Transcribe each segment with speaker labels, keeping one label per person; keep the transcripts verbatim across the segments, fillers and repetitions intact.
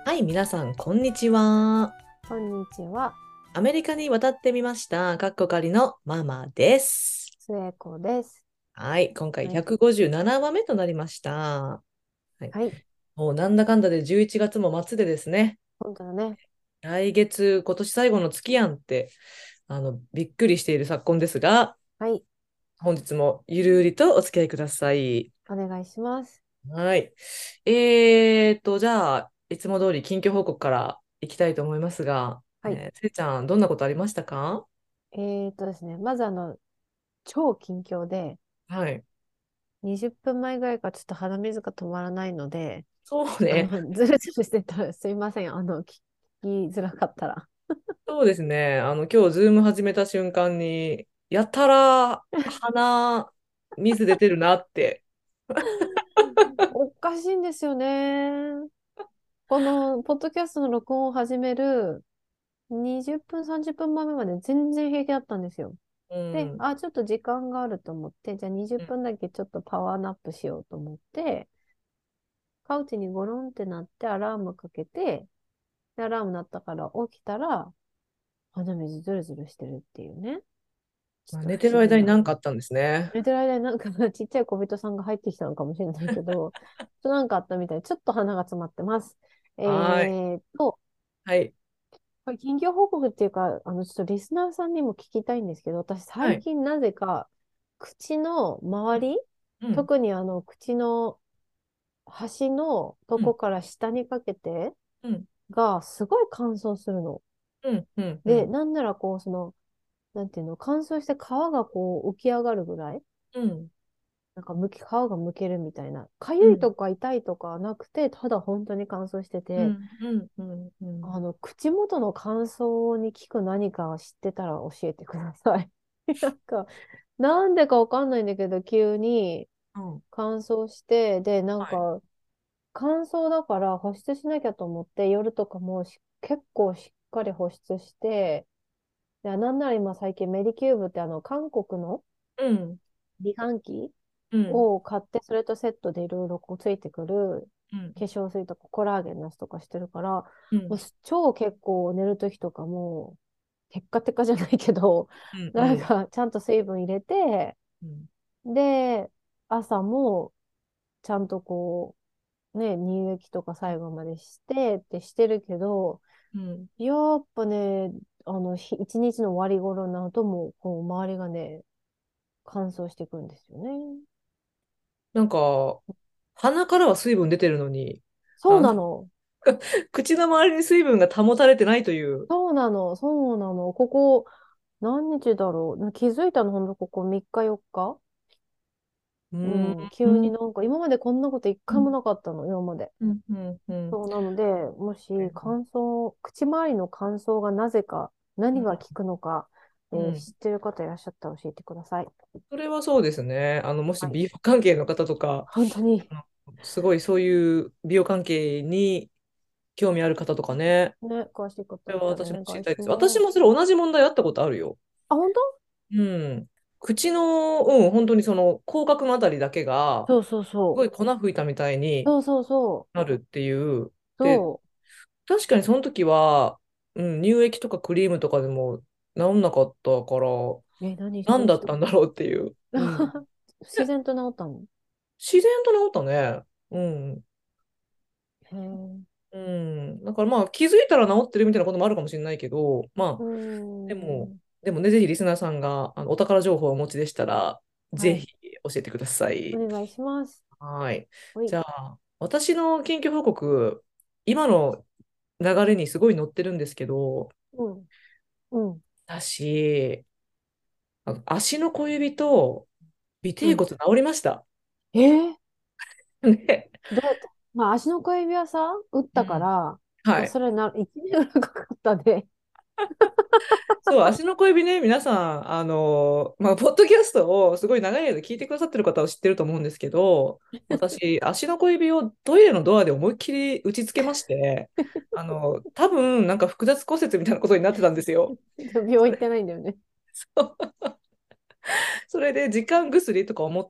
Speaker 1: はい、皆さん、こんにちは。
Speaker 2: こんにちは、
Speaker 1: アメリカに渡ってみました。かっこかりのママです。
Speaker 2: 末子です。
Speaker 1: はい、今回
Speaker 2: はい。
Speaker 1: ひゃくごじゅうななわめとなりました。はい、
Speaker 2: はい。
Speaker 1: もうなんだかんだでじゅういちがつも末でですね、
Speaker 2: 本当だね。
Speaker 1: 来月、今年最後の月やんって、あの、びっくりしている昨今ですが、
Speaker 2: はい。
Speaker 1: 本日もゆるうりとお付き合いください。
Speaker 2: お願いします。
Speaker 1: はい。えーと、じゃあ、いつも通り近況報告からいきたいと思いますが、
Speaker 2: はい。
Speaker 1: えー、せいちゃん、どんなことありましたか？
Speaker 2: えーっとですね。まずあの、超近況で、
Speaker 1: はい。
Speaker 2: にじゅっぷんまえぐらいからちょっと鼻水が止まらないので、
Speaker 1: そうね。
Speaker 2: あの、ずるずるしてたらすいません。あの、聞きづらかったら。
Speaker 1: そうですね。あの、今日、ズーム始めた瞬間に、やたら鼻、水出てるなって。
Speaker 2: おかしいんですよね。この、ポッドキャストの録音を始めるにじゅっぷん、さんじゅっぷんまえまで全然平気だったんですよ。で、
Speaker 1: うん。
Speaker 2: あ、ちょっと時間があると思って、じゃあ20
Speaker 1: うん。
Speaker 2: 分だけちょっとパワーナップしようと思って、カウチにゴロンってなってアラームかけて、でアラーム鳴ったから起きたら、鼻水ズルズルしてるっていうね。ちょっ
Speaker 1: まあ、
Speaker 2: と
Speaker 1: 寝てる間に
Speaker 2: 不思議な。
Speaker 1: 何かあったんですね。
Speaker 2: 寝てる間になんかちっちゃい小人さんが入ってきたのかもしれないけど、ちょっとなんかあったみたい。ちょっと鼻が詰まってます。え
Speaker 1: はーい。
Speaker 2: ーっと、
Speaker 1: はい。
Speaker 2: これ近況報告っていうか、あの、ちょっとリスナーさんにも聞きたいんですけど、私
Speaker 1: はい。
Speaker 2: 最近なぜか口の周り、
Speaker 1: うん。
Speaker 2: 特にあの口の端のと
Speaker 1: うん。
Speaker 2: こから下にかけて
Speaker 1: うん。
Speaker 2: がすごい乾燥するの。
Speaker 1: うん。うん。う
Speaker 2: で、
Speaker 1: ん。
Speaker 2: なんならこう、その、なんていうの、乾燥して皮がこう浮き上がるぐらい、
Speaker 1: うん。
Speaker 2: なんかむき、皮がむけるみたいな。か
Speaker 1: うん。
Speaker 2: ゆいとか痛いとかはなくて、ただ本当に乾燥してて、
Speaker 1: うん。うん。うん。うん。
Speaker 2: あの、口元の乾燥に効く何かを知ってたら教えてください。なんか、なんでかわかんないんだけど、急に
Speaker 1: うん。
Speaker 2: 乾燥して、で、なん
Speaker 1: はい。
Speaker 2: か、乾燥だから保湿しなきゃと思って、夜とかもし結構しっかり保湿して、で、なんなら今最近メディキューブってあの、韓国の
Speaker 1: うん。
Speaker 2: 美顔器
Speaker 1: うん。
Speaker 2: を買って、それとセットでいろいろこうついてくる
Speaker 1: うん。
Speaker 2: 化粧水とかコラーゲンのやつとかしてるから、
Speaker 1: うん。
Speaker 2: もう超結構寝るときとかも、テッカテカじゃないけど、
Speaker 1: うん。
Speaker 2: なん
Speaker 1: うん。
Speaker 2: かちゃんと水分入れて、
Speaker 1: うん。
Speaker 2: で、朝もちゃんとこう、ね、乳液とか最後までしてってしてるけど、
Speaker 1: うん。
Speaker 2: やっぱね、あの、ひ一日の終わり頃になるともう、こう、周りがね、乾燥してくるんですよね。
Speaker 1: なんか、鼻からは水分出てるのに、
Speaker 2: そう
Speaker 1: あの、
Speaker 2: なの。
Speaker 1: 口の周りに水分が保たれてないという。
Speaker 2: そうなの。そうなの。ここ、何日だろう。気づいたのほんとここみっかよっか。
Speaker 1: うーん。
Speaker 2: うん。急に
Speaker 1: うん。
Speaker 2: なんか、今までこんなこと一回もなかったの、今まで。
Speaker 1: うん。うん。うん。
Speaker 2: そうなので、もし乾燥、口周りの乾燥がなぜか、何が効くのか、えー
Speaker 1: うん。
Speaker 2: 知ってる方いらっしゃったら教えてください。
Speaker 1: それはそうですね。あの、もし
Speaker 2: はい。
Speaker 1: 美容関係の方とか、
Speaker 2: 本当に、
Speaker 1: あのすごいそういう美容関係に興味ある方とかね、
Speaker 2: ね、詳しい方いたらお
Speaker 1: それは私も知
Speaker 2: 願い
Speaker 1: りたいです。私
Speaker 2: します。
Speaker 1: もそれ同じ問題あったことあるよ。
Speaker 2: あ、本当？
Speaker 1: うん。口の、うん、本当にその口角のあたりだけが、
Speaker 2: そうそうそう。
Speaker 1: すごい粉吹いたみたいに
Speaker 2: そうそうそう。
Speaker 1: なるっていう。で、
Speaker 2: そ
Speaker 1: 確かにその時は、うん、乳液とかクリームとかでも治んなかったから、
Speaker 2: う。え、何、
Speaker 1: 何だっ
Speaker 2: どうしたの？
Speaker 1: たんだろうっていう。うん。で、
Speaker 2: 自然と治ったの？
Speaker 1: 自然と治ったね。うん。
Speaker 2: へえ。
Speaker 1: うん。だからまあ気づいたら治ってるみたいなこともあるかもしれないけど、ま
Speaker 2: うー
Speaker 1: あ、でも、
Speaker 2: ん。
Speaker 1: でもね、ぜひリスナーさんがあのお宝情報をお持ちでしたら、
Speaker 2: はい。
Speaker 1: ぜひ教えてください。
Speaker 2: お願いします。
Speaker 1: はい。
Speaker 2: はい。
Speaker 1: じゃあ、私の研究報告、今の流れにすごい載ってるんですけど、
Speaker 2: うん。うん。
Speaker 1: 私、あの足の小指と尾
Speaker 2: うん。
Speaker 1: てい骨治りました。
Speaker 2: えー、
Speaker 1: ね。
Speaker 2: どうやって？まあ、足の小指はさ、打ったか
Speaker 1: うん。
Speaker 2: ら、まあ、
Speaker 1: はい。
Speaker 2: それな、いちねんぐらいかかったで。
Speaker 1: そう、足の小指ね、皆さん、あの、まあ、ポッドキャストをすごい長い間聞いてくださってる方は知ってると思うんですけど、私、足の小指をトイレのドアで思いっきり打ちつけまして、あの、多分、なんか複雑骨折みたいなことになってたんですよ。
Speaker 2: 病院行ってないんだよね。
Speaker 1: それで、時間薬とか思って、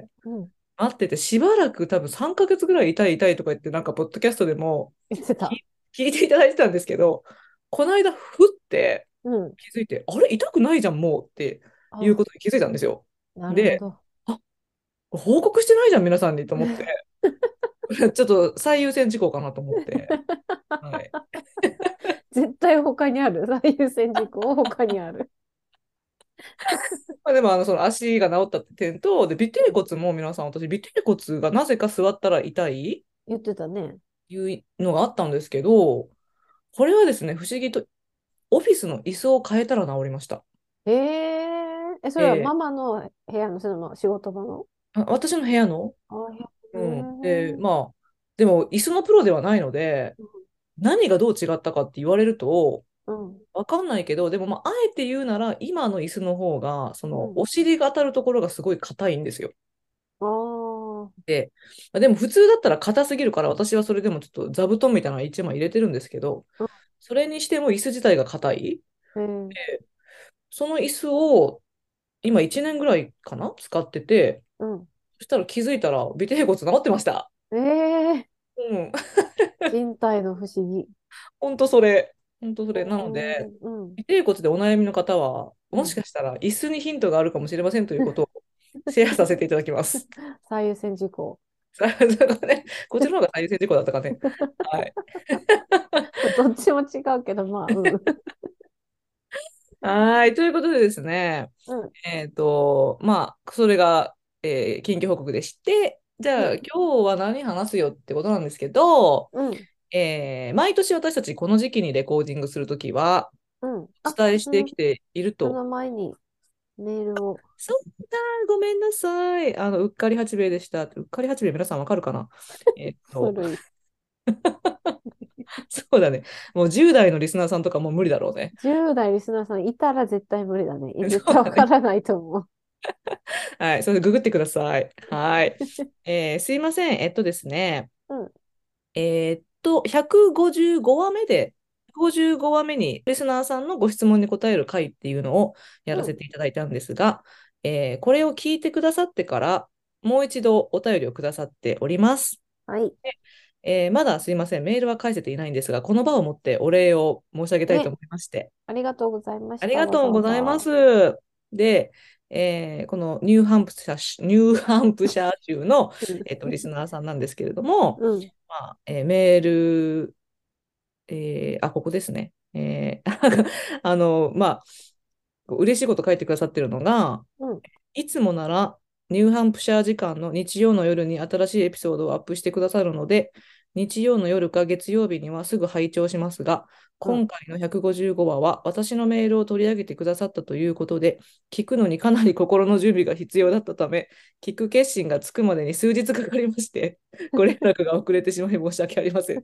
Speaker 2: うん。
Speaker 1: 待ってて、しばらく多分さんかげつぐらい痛い痛いとか言って、なんか、ポッドキャストでも
Speaker 2: 言ってた。
Speaker 1: 聞いていただいてたんですけど、この間、ふって
Speaker 2: うん。
Speaker 1: 気づいて、あれ、痛くないじゃん、もうっていう
Speaker 2: あ、
Speaker 1: ことに気づいたんですよ。で、
Speaker 2: なるほど。
Speaker 1: あ、報告してないじゃん、皆さんにと思って、ちょっと最優先事項かなと思って。はい。
Speaker 2: 絶対他にある。最優先事項他にある。
Speaker 1: まあ、でも、あの、その足が治ったって点と、で、尾てい
Speaker 2: うん。
Speaker 1: 骨も皆さん、私、尾てい骨がなぜか座ったら痛い
Speaker 2: 言ってたね。
Speaker 1: いうのがあったんですけど、これはですね、不思議と、オフィスの椅子を変えたら治りました。
Speaker 2: えー、え、それは
Speaker 1: え
Speaker 2: ママの部屋の、その仕事場の？
Speaker 1: ーあ私の部屋の、
Speaker 2: あ、へ
Speaker 1: うん。で、
Speaker 2: ー。
Speaker 1: まあ、でも、椅子のプロではないので、何がどう違ったかって言われると、
Speaker 2: うん。
Speaker 1: わかんないけど、でも、まあ、あえて言うなら、今の椅子の方が、その、
Speaker 2: うん。
Speaker 1: お尻が当たるところがすごい硬いんですよ。
Speaker 2: ああ。
Speaker 1: で、まあでも普通だったら硬すぎるから、私はそれでもちょっと座布団みたいなのいちまい入れてるんですけど、
Speaker 2: う
Speaker 1: それにしても椅子自体が硬い。
Speaker 2: ん。えー、
Speaker 1: でその椅子を今いちねんぐらいかな使ってて、
Speaker 2: うん。
Speaker 1: そしたら気づいたら尾てい骨治ってました。
Speaker 2: えー、
Speaker 1: うん。
Speaker 2: 人体の不思議。
Speaker 1: ほんとそれ。ほんとそ
Speaker 2: え
Speaker 1: れ。なので、
Speaker 2: ー、うん。
Speaker 1: 尾てい骨でお悩みの方は、
Speaker 2: うん。
Speaker 1: もしかしたら椅子にヒントがあるかもしれませんということをシェアさせていただきます。
Speaker 2: 最優先事項。
Speaker 1: それがね、こちらの方が最優先事項だったかね。はい。
Speaker 2: まあどっちも違うけど、まあ、うん。
Speaker 1: はい。ということでですね、
Speaker 2: うん。
Speaker 1: えっと、まあ、それが、えー緊急報告でして、じゃあ、
Speaker 2: うん。
Speaker 1: 今日は何話すよってことなんですけど、
Speaker 2: うん。
Speaker 1: えー毎年私たちこの時期にレコーディングするときは、
Speaker 2: うん。あ、
Speaker 1: お伝えして
Speaker 2: その、
Speaker 1: きていると、
Speaker 2: その前にメールを。
Speaker 1: そんな、ごめんなさい。あの、うっかり八兵衛でした。うっかり八兵衛皆さんわかるかな？えっと、
Speaker 2: 古い。
Speaker 1: そうだね。もうじゅう代のリスナーさんとかもう無理だろうね。
Speaker 2: じゅう代リスナーさんいたら絶対無理だね。絶対
Speaker 1: そうだね。
Speaker 2: わからないと思う。
Speaker 1: はい。それでググってください。はい。えーすいません。えっとですね。
Speaker 2: うん。
Speaker 1: えーっと、ひゃくごじゅうごわめで、ひゃくごじゅうごわめにリスナーさんのご質問に答える回っていうのをやらせ
Speaker 2: うん。
Speaker 1: ていただいたんですが、えーこれを聞いてくださってから、もう一度お便りをくださっております。
Speaker 2: はい。
Speaker 1: でえーまだすいません、メールは返せていないんですが、この場をもってお礼を申し上げたいと
Speaker 2: ね。
Speaker 1: 思いまして、
Speaker 2: ありがとうございました。わざ
Speaker 1: ありがとうございま
Speaker 2: わざ。
Speaker 1: す。で、えーこのニューハンプシャー、ニューハンプシャー州の、
Speaker 2: うん。
Speaker 1: えっと、リスナーさんなんですけれども、
Speaker 2: うん。
Speaker 1: まあえーメールえーあ、ここですね。えーあの、まあ、嬉しいこと書いてくださってるのが、
Speaker 2: うん。
Speaker 1: いつもならニューハンプシャー時間の日曜の夜に新しいエピソードをアップしてくださるので、日曜の夜か月曜日にはすぐ拝聴しますが、
Speaker 2: うん。
Speaker 1: 今回のひゃくごじゅうごわは私のメールを取り上げてくださったということで、聞くのにかなり心の準備が必要だったため、聞く決心がつくまでに数日かかりまして、ご連絡が遅れてしまい申し訳ありませんって。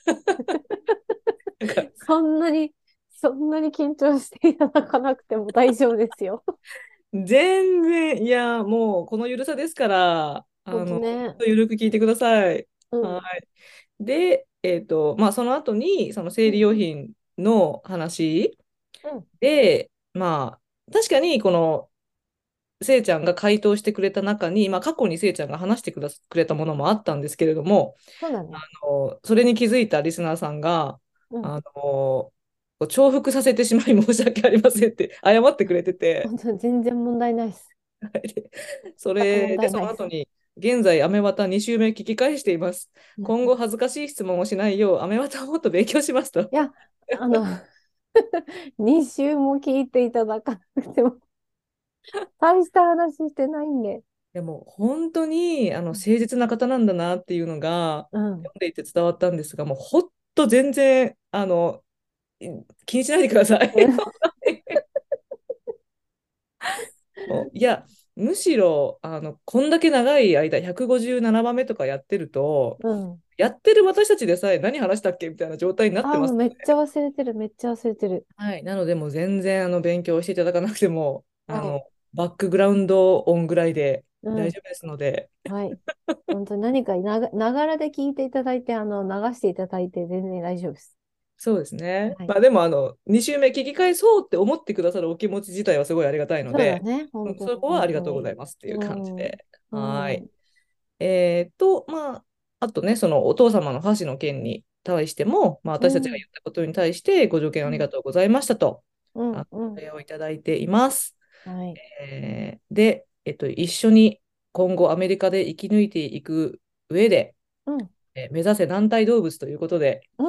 Speaker 1: なんか
Speaker 2: そんなに、そんなに緊張していただかなくても大丈夫ですよ。
Speaker 1: 全然、いや、もうこのゆるさですから、
Speaker 2: ほんと
Speaker 1: あの、
Speaker 2: ね。
Speaker 1: ゆるく聞いてください。
Speaker 2: うん。
Speaker 1: はい。で、えっと、まあ、その後に、その生理用品の話
Speaker 2: うん。
Speaker 1: で、まあ、確かに、この、せいちゃんが回答してくれた中に、まあ、過去にせいちゃんが話してくだくれたものもあったんですけれども、あ
Speaker 2: そうだね。
Speaker 1: の、それに気づいたリスナーさんが、
Speaker 2: うん。
Speaker 1: あの、重複させてしまい申し訳ありませんって謝ってくれてて、
Speaker 2: 本当全然問題ないです。
Speaker 1: でそ
Speaker 2: 全く問
Speaker 1: れで、そ
Speaker 2: 題ないです。
Speaker 1: の後に、現在、アメワタに週目聞き返しています。
Speaker 2: うん。い
Speaker 1: 今後、恥ずかしい質問をしないよう、アメワタをもっと勉強しますと。
Speaker 2: や、あの、に週も聞いていただかなくても、大した話してないんで。
Speaker 1: でも、本当にあの誠実な方なんだなっていうのが、
Speaker 2: うん。
Speaker 1: 読んでいて伝わったんですが、もう本当全然あのい気にしないでください。
Speaker 2: うん。
Speaker 1: もういや、むしろあのこんだけ長い間、ひゃくごじゅうななばんめとかやってると、
Speaker 2: うん。
Speaker 1: やってる私たちでさえ何話したっけみたいな状態になって
Speaker 2: あ、も
Speaker 1: ます
Speaker 2: うめっちゃ忘れてる、めっちゃ忘れてる。
Speaker 1: はい。なので、もう全然あの勉強していただかなくても、あ
Speaker 2: はい。
Speaker 1: の、バックグラウンド音ぐらいで
Speaker 2: うん。
Speaker 1: 大丈夫ですので、
Speaker 2: はい。本当に何かなが、ながらで聞いていただいて、あの、流していただいて全然大丈夫です。
Speaker 1: そうですね。
Speaker 2: はい。
Speaker 1: まあでも、あの、に週目聞き返そうって思ってくださるお気持ち自体はすごいありがたいので、
Speaker 2: そうだね。
Speaker 1: うん
Speaker 2: 本当に、
Speaker 1: そこはありが
Speaker 2: 本当に。
Speaker 1: とうございますっていう感じ
Speaker 2: うん。
Speaker 1: で。はい。
Speaker 2: うん。
Speaker 1: えーっと、まあ、あとね、そのお父様の箸の件に対しても、まあ、
Speaker 2: うん、
Speaker 1: 私たちが言ったことに対してご助言あり
Speaker 2: うん、
Speaker 1: がとうございましたと、
Speaker 2: うん、
Speaker 1: あ
Speaker 2: うん。
Speaker 1: お礼をいただいています。
Speaker 2: はい。
Speaker 1: えーで、えっと、一緒に今後アメリカで生き抜いていく上で、
Speaker 2: うん、
Speaker 1: えー目指せ軟体動物ということで、
Speaker 2: うん、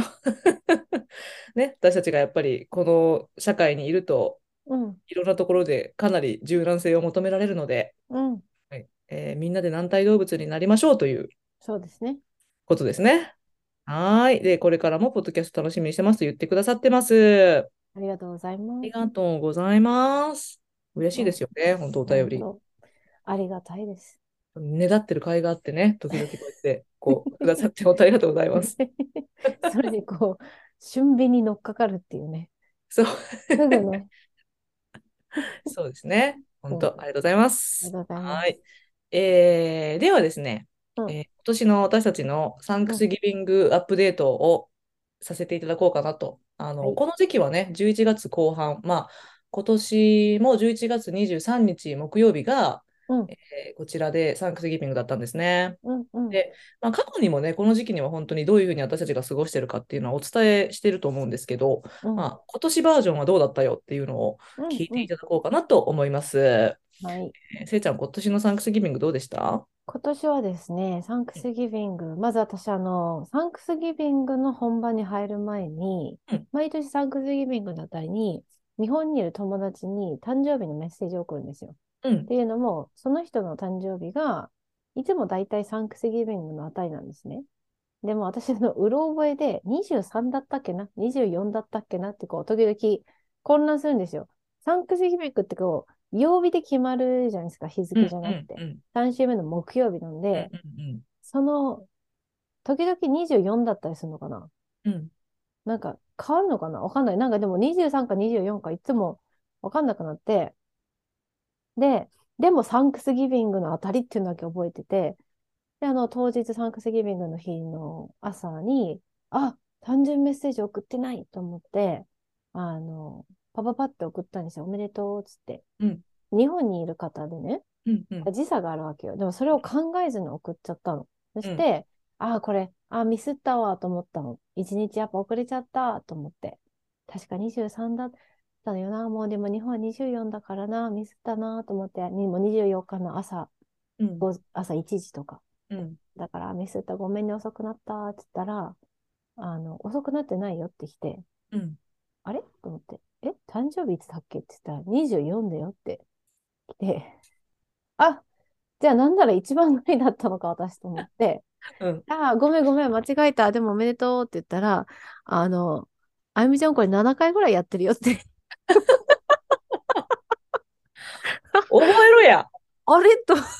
Speaker 1: ね、私たちがやっぱりこの社会にいると、
Speaker 2: うん、
Speaker 1: いろんなところでかなり柔軟性を求められるので、
Speaker 2: うん。
Speaker 1: はい、えーみんなで軟体動物になりましょうという
Speaker 2: そうですね。
Speaker 1: ことですね。はーい。で、これからもポッドキャスト楽しみにしてますと言ってくださってます。あ
Speaker 2: ありがとうございます。
Speaker 1: りがとうございます。嬉しい
Speaker 2: うん、
Speaker 1: ですよね、本当お便り。
Speaker 2: 本当、ありがたいです。
Speaker 1: ねだってる甲斐があってね、時々こうやって、こう、くださって本当ありがとうございます。
Speaker 2: それにこう、俊敏に乗っかかるっていうね。
Speaker 1: そう、
Speaker 2: すぐね。
Speaker 1: そうですね。本当、あ
Speaker 2: そう、
Speaker 1: りがとうございま
Speaker 2: あり
Speaker 1: す。
Speaker 2: がとうございます。
Speaker 1: はい。えーではですね、
Speaker 2: うん、
Speaker 1: えー今年の私たちのサンク
Speaker 2: うん。
Speaker 1: スギビングアップデートをさせていただこうかなと。あの、
Speaker 2: はい。
Speaker 1: この時期はね、じゅういちがつこう半、まあ、今年もじゅういちがつにじゅうさんにち木曜日が、
Speaker 2: うん、
Speaker 1: えーこちらでサンクスギビングだったんですね。
Speaker 2: うん、うん、
Speaker 1: で、まあ、過去にもね、この時期には本当にどういうふうに私たちが過ごしてるかっていうのはお伝えしてると思うんですけど、
Speaker 2: うん、
Speaker 1: まあ、今年バージョンはどうだったよっていうのを
Speaker 2: うん、
Speaker 1: 聞い
Speaker 2: うん。
Speaker 1: ていただこうかなと思います。え
Speaker 2: はい。
Speaker 1: ーせいちゃん、今年のサンクスギビングどうでした？
Speaker 2: 今年はですね、サンクスギビング、まず私、あの、サンクスギビングの本場に入る前に、
Speaker 1: うん、
Speaker 2: 毎年サンクスギビングのあたりに、日本にいる友達に誕生日のメッセージを送るんですよ。っ
Speaker 1: うん、
Speaker 2: ていうのも、その人の誕生日が、いつもだいたいサンクスギビングのあたりなんですね。でも私のうろ覚えでにじゅうさんだったっけな ?にじゅうよん だったっけなってこう、時々混乱するんですよ。サンクスギビングってこう、曜日で決まるじゃないですか、日付
Speaker 1: うん、うん、
Speaker 2: じゃなくて。
Speaker 1: うん、
Speaker 2: さん週目の木曜日なん
Speaker 1: うん、
Speaker 2: で、
Speaker 1: うん、
Speaker 2: その、時々にじゅうよんだったりするのかな。
Speaker 1: うん、
Speaker 2: なんか変わるのかなわかんない。なんかでもにじゅうさんかにじゅうよんかいつもわかんなくなって、で、でもサンクスギビングのあたりっていうのだけ覚えてて、で、あの、当日サンクスギビングの日の朝に、あ、単純メッセージ送ってないと思って、あの、パパパって送ったんですよ。おめでとうっつって。
Speaker 1: うん、
Speaker 2: 日本にいる方でね、
Speaker 1: うん、うん、
Speaker 2: 時差があるわけよ。でもそれを考えずに送っちゃったの。そ
Speaker 1: うん、
Speaker 2: して、ああ、これ、ああ、ミスったわと思ったの。一日やっぱ遅れちゃったと思って。確かにじゅうさんだったのよな。もうでも日本はにじゅうよんだからな。ミスったなと思って、にもうにじゅうよっかの朝、
Speaker 1: うん、
Speaker 2: ご朝いちじとか。
Speaker 1: うん、
Speaker 2: だからミスった、ごめんね、遅くなったって言ったら、あの、遅くなってないよって来て、
Speaker 1: うん。
Speaker 2: あれと思って、え、誕生日いつだっけって言ったらにじゅうよんだよって来て、あ、じゃあなんなら一番前だったのか、私と思って、
Speaker 1: うん。
Speaker 2: ああ、ごめんごめん、間違えた。でもおめでとうって言ったら、あの、あゆみちゃんこれななかいぐらいやってるよって。
Speaker 1: 覚えろや。
Speaker 2: あれと思って。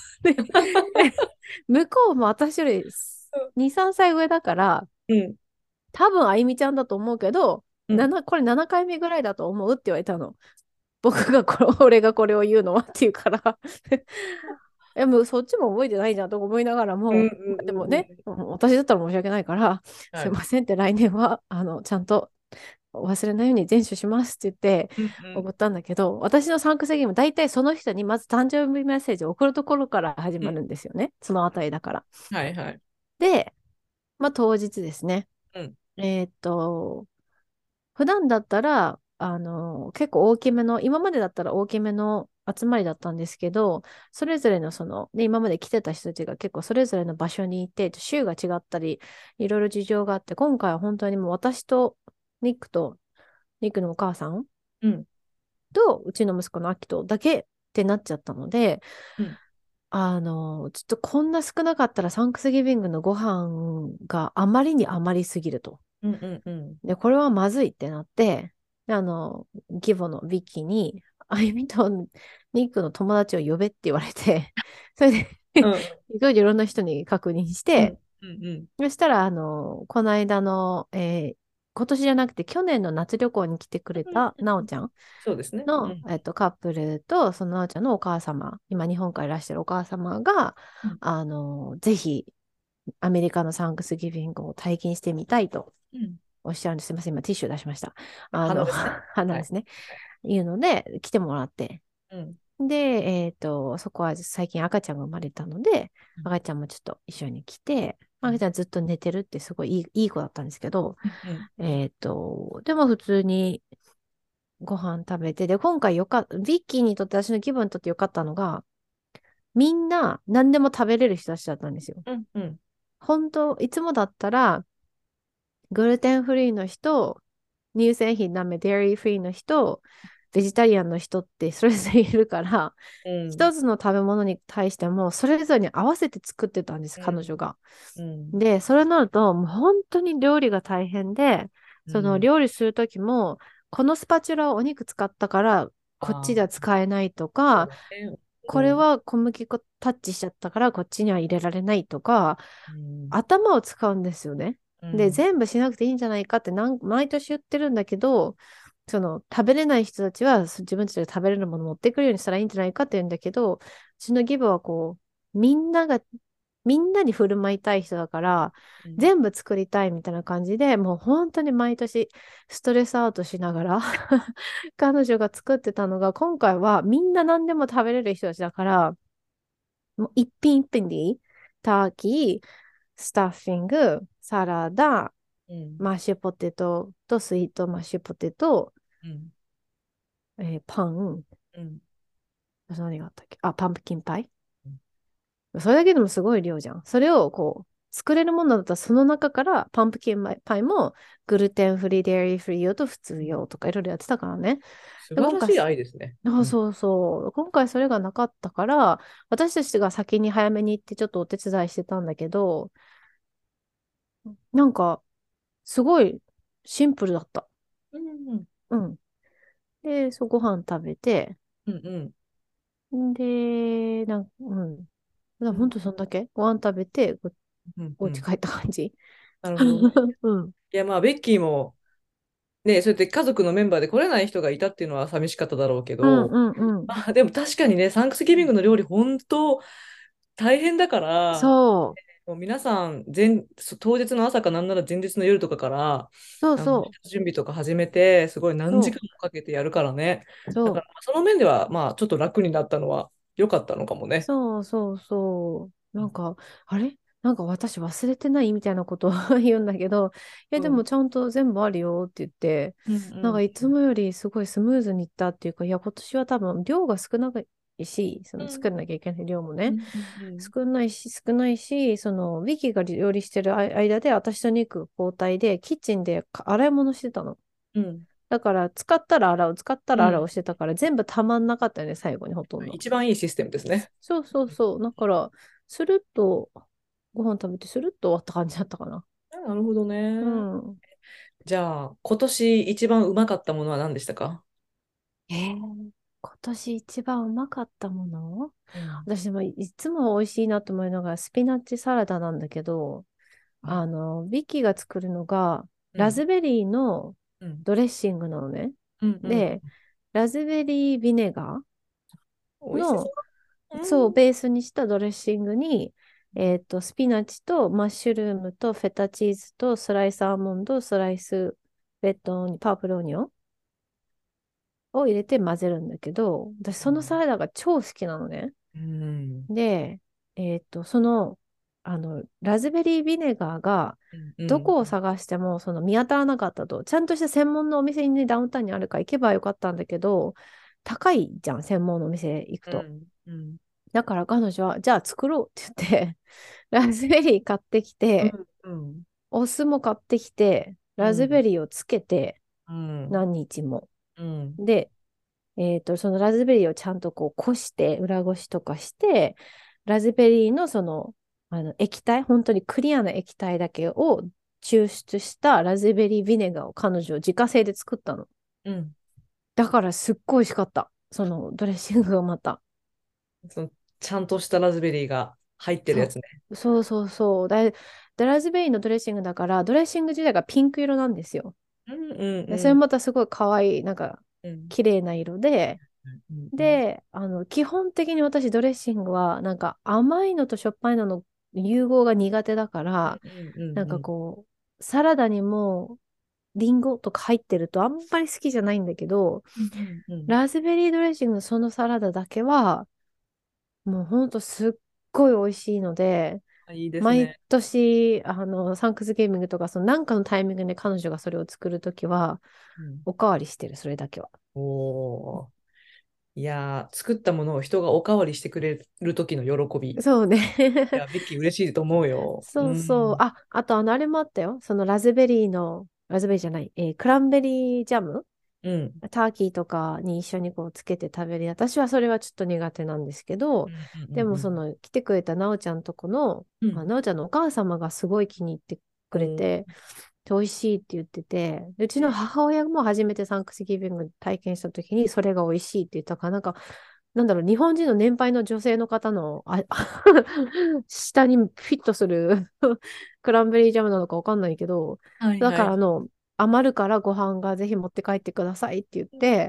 Speaker 2: で向こうも私よりに、さんさい上だから、
Speaker 1: うん、
Speaker 2: 多分あゆみちゃんだと思うけど、
Speaker 1: うん、
Speaker 2: ななこれななかいめぐらいだと思うって言われたの。僕がこれ、俺がこれを言うのはっていうからえ、もうそっちも覚えてないじゃんと思いながら
Speaker 1: うん、う
Speaker 2: も、まあでも
Speaker 1: ん、うん。
Speaker 2: ね、うん私だったら申し訳ないから、
Speaker 1: はい。
Speaker 2: すいませんって来年は、あの、ちゃんと忘れないように全種しますって言って
Speaker 1: うん、うん、
Speaker 2: 送ったんだけど、私のサンクスギビング、大体その人にまず誕生日メッセージを送るところから始
Speaker 1: うん。
Speaker 2: まるんですよね。そのあたりだから。
Speaker 1: はい、はい。
Speaker 2: で、まあ当日ですね。
Speaker 1: うん、
Speaker 2: えーっと、普段だったら、あの、結構大きめの、今までだったら大きめの集まりだったんですけど、それぞれのその、ね、今まで来てた人たちが結構それぞれの場所にいて、州が違ったり、いろいろ事情があって、今回は本当にもう私とニックと、ニックのお母さん
Speaker 1: うん、
Speaker 2: と、うちの息子のアキトだけってなっちゃったので、
Speaker 1: うん、
Speaker 2: あの、ちょっとこんな少なかったらサンクスギビングのご飯があまりに余りすぎると。
Speaker 1: うん、うん、うん。
Speaker 2: で、これはまずいってなって、であの、義母のビッキーに、あゆみとニックの友達を呼べって言われて、それで
Speaker 1: うん、
Speaker 2: いろいろいろんな人に確認し
Speaker 1: うん、
Speaker 2: て、
Speaker 1: うん、うん。
Speaker 2: そしたら、あの、この間の、えー今年じゃなくて去年の夏旅行に来てくれたなおちゃん
Speaker 1: そうですね。う
Speaker 2: の、
Speaker 1: ん、
Speaker 2: えっと、カップルと、そのなおちゃんのお母様、今日本からいらっしゃるお母様が、
Speaker 1: うん、
Speaker 2: あの、ぜひアメリカのサンクスギビングを体験してみたいと
Speaker 1: うん。
Speaker 2: おっしゃるんです。すみません、今ティッシュ出しました。あの、
Speaker 1: 花ですね。はい。
Speaker 2: 花ですね。
Speaker 1: はい。
Speaker 2: いうので、来てもらって。
Speaker 1: うん、
Speaker 2: で、えっと、そこは最近赤ちゃんが生まれたので、
Speaker 1: うん、
Speaker 2: 赤ちゃんもちょっと一緒に来て、 赤ちゃんずっと寝てるってすごいいい、いい子だったんですけど、
Speaker 1: うん。
Speaker 2: えっと、でも普通にご飯食べて、で、今回よかった、ビッキーにとって私の気分にとってよかったのが、みんな何でも食べれる人たちだったんですよ。
Speaker 1: うん。うん。
Speaker 2: 本当、いつもだったら、グルテンフリーの人、乳製品ダメ、デアリーフリーの人、ベジタリアンの人ってそれぞれいるから、
Speaker 1: うん。
Speaker 2: 一つの食べ物に対しても、それぞれに合わせて作ってたんです、
Speaker 1: うん。
Speaker 2: 彼女が。
Speaker 1: うん。
Speaker 2: で、それになると、もう本当に料理が大変で、その
Speaker 1: うん。
Speaker 2: 料理するときも、このスパチュラはお肉使ったから、こっちでは
Speaker 1: ああ、
Speaker 2: 使えないと
Speaker 1: そう
Speaker 2: か、
Speaker 1: だね。
Speaker 2: これ
Speaker 1: うん。
Speaker 2: は小麦粉タッチしちゃったから、こっちには入れられないとか、
Speaker 1: うん。
Speaker 2: 頭を使うんですよね。で、
Speaker 1: うん。
Speaker 2: 全部しなくていいんじゃないかってなん毎年言ってるんだけど、その食べれない人たちはそ自分たちで食べれるものを持ってくるようにしたらいいんじゃないかって言うんだけど、うちのギブはこう、みんなが、みんなに振る舞いたい人だから、
Speaker 1: うん。
Speaker 2: 全部作りたいみたいな感じで、もう本当に毎年ストレスアウトしながら彼女が作ってたのが、今回はみんな何でも食べれる人たちだから、もう一品一品でいいターキー、スタッフィング、サラダ、
Speaker 1: うん。
Speaker 2: マッシュポテトとスイートマッシュポテト、
Speaker 1: うん。
Speaker 2: えーパン、
Speaker 1: うん。
Speaker 2: あと何があったっけあ、パンプキンパイ。それだけでもすごい量じゃん。それをこう、作れるものだったらその中からパンプキンパイもグルテンフリー、デアリーフリー用と普通
Speaker 1: うん。
Speaker 2: 用とかいろいろやってたからね。で、
Speaker 1: 素晴らしい
Speaker 2: 今回す、
Speaker 1: 愛ですね。うん。
Speaker 2: そうそうそう。今回それがなかったから、私たちが先に早めに行ってちょっとお手伝いしてたんだけど、なんか、すごいシンプルだった。
Speaker 1: うん。
Speaker 2: うん。で、そう、ご飯食べて、
Speaker 1: うん。うん。
Speaker 2: で、なん、うん。だから
Speaker 1: うん。
Speaker 2: ほんとそんだけご飯食べて、こ
Speaker 1: うん。うん。
Speaker 2: お家帰った感じ。
Speaker 1: なるほどね。
Speaker 2: うん。
Speaker 1: いや、まあ、ベッキーも、ね、そうやって家族のメンバーで来れない人がいたっていうのは寂しかっただろうけ
Speaker 2: うん
Speaker 1: ど、
Speaker 2: うんうん。
Speaker 1: あ、でも確かにね、サンクスギビングの料理、本当大変だから、
Speaker 2: そう。
Speaker 1: もう皆さん前、そ当日の朝かなんなら前日の夜とかから、あの
Speaker 2: そうそ
Speaker 1: 準備とか始めて、すごい
Speaker 2: う。
Speaker 1: 何時間
Speaker 2: そう。
Speaker 1: もかけてやるからね。だから、
Speaker 2: そう。
Speaker 1: その面では、まあ、ちょっと楽になったのは良かったのかもね。
Speaker 2: そうそうそう。なんか、あれなんか私忘れてないみたいなことを言うんだけど、いや
Speaker 1: うん。
Speaker 2: でもちゃんと全部あるよって言って、
Speaker 1: うん
Speaker 2: なんかいつ
Speaker 1: うん
Speaker 2: もよりすごいスムーズにいったっていうか、いや今年は多分量が少ないし、その
Speaker 1: うん
Speaker 2: 作らなきゃいけない量もね、
Speaker 1: うんうん
Speaker 2: 少ないし少ないし、そのウィキが料理してる間で私とニック交代でキッチンで洗い物してたの。
Speaker 1: うんうん
Speaker 2: だから使ったら洗う、使ったら洗
Speaker 1: うん。
Speaker 2: うしてたから全部たまんなかったよね、最後にほとんど。
Speaker 1: 一番いいシステムですね。
Speaker 2: そうそうそう。だから、スルッと、ご飯食べてスルッと終わった感じだったかな。
Speaker 1: あ、なるほど
Speaker 2: う
Speaker 1: ね。
Speaker 2: ん。
Speaker 1: じゃあ、今年一番うまかったものは何でしたか？
Speaker 2: えー、今年一番うまかったもの
Speaker 1: うん。
Speaker 2: 私もいつも美味しいなと思うのがスピナッチサラダなんだけど、
Speaker 1: あ、
Speaker 2: あの、ビッキーが作るのが、
Speaker 1: うん。
Speaker 2: ラズベリーの
Speaker 1: うん。
Speaker 2: ドレッシングなのね。
Speaker 1: うんうん。
Speaker 2: で、ラズベリービネガー
Speaker 1: 美味しそ
Speaker 2: の、
Speaker 1: う。うん。
Speaker 2: そう、ベースにしたドレッシングに、えっと、スピナッチとマッシュルームとフェタチーズとスライスアーモンド、スライスレッドオニパープルオニオンを入れて混ぜるんだけど、私そのサラダが超好きなのね。
Speaker 1: うん。
Speaker 2: で、えっと、その、あの、ラズベリービネガーが
Speaker 1: うんうん。
Speaker 2: どこを探してもその見当たらなかったと。ちゃんとした専門のお店にね、ダウンタウンにあるから行けばよかったんだけど、高いじゃん、専門のお店行くと。
Speaker 1: うんうん。
Speaker 2: だから彼女は、じゃあ作ろうって言って、ラズベリー買ってきて、
Speaker 1: うんうん。
Speaker 2: お酢も買ってきて、ラズベ
Speaker 1: うん
Speaker 2: リーをつけて、
Speaker 1: うん。
Speaker 2: 何日も。
Speaker 1: うん。
Speaker 2: で、えっと、そのラズベリーをちゃんとこう、こして、裏ごしとかして、ラズベリーのその、あの液体、本当にクリアな液体だけを抽出したラズベリービネガーを彼女自家製で作ったの。
Speaker 1: うん。
Speaker 2: だからすっごい美味しかった。そのドレッシングがまた。
Speaker 1: そのちゃんとしたラズベリーが入ってるや
Speaker 2: そ
Speaker 1: つね。
Speaker 2: う。そうそうそう。だ、でラズベリーのドレッシングだから、ドレッシング自体がピンク色なんですよ。
Speaker 1: うんうん
Speaker 2: で、それ
Speaker 1: うん。
Speaker 2: またすごい可愛い、なんか、
Speaker 1: うん
Speaker 2: 綺麗な色で、
Speaker 1: うんうん。
Speaker 2: で、あの、基本的に私ドレッシングは、なんか甘いのとしょっぱいのの融合が苦手だか
Speaker 1: うん
Speaker 2: ら、
Speaker 1: うん
Speaker 2: なん
Speaker 1: うん
Speaker 2: かこう、サラダにもリンゴとか入ってるとあんまり好きじゃないんだけど、
Speaker 1: うんうん。
Speaker 2: ラズベリードレッシングのそのサラダだけは、もうほんとすっごい美味しいので、
Speaker 1: あ、いいです
Speaker 2: 毎
Speaker 1: ね。
Speaker 2: 年、あの、サンクスギビングとか、そのなんかのタイミングで彼女がそれを作るときは、
Speaker 1: うん、
Speaker 2: おかわりしてる、それだけは。
Speaker 1: おー。いやー、作ったものを人がおかわりしてくれる時の喜び。い
Speaker 2: そうね。
Speaker 1: や、ビッキー嬉しいと思うよ。う
Speaker 2: そうそう。
Speaker 1: ん。
Speaker 2: あ、あとあの、あれもあったよ。そのラズベリーの、ラズベリーじゃない、えークランベリージャム
Speaker 1: うん。
Speaker 2: ターキーとかに一緒にこうつけて食べる。私はそれはちょっと苦手なんですけど、
Speaker 1: うんうん
Speaker 2: でも
Speaker 1: うん
Speaker 2: その来てくれたなおちゃんとこの、
Speaker 1: うん。
Speaker 2: あ、なおちゃんのお母様がすごい気に入ってくれ
Speaker 1: うん。
Speaker 2: て、で美味しいって言ってて、でうちの
Speaker 1: ね、
Speaker 2: 母親も初めてサンクスギビング体験した時にそれが美味しいって言ったから、なんか、なんだろう、日本人の年配の女性の方のあ下にフィットするクランベリージャムなのかわかんないけど、だ
Speaker 1: はいはい。
Speaker 2: からあの、余るからご飯がぜひ持って帰ってくださいって言って、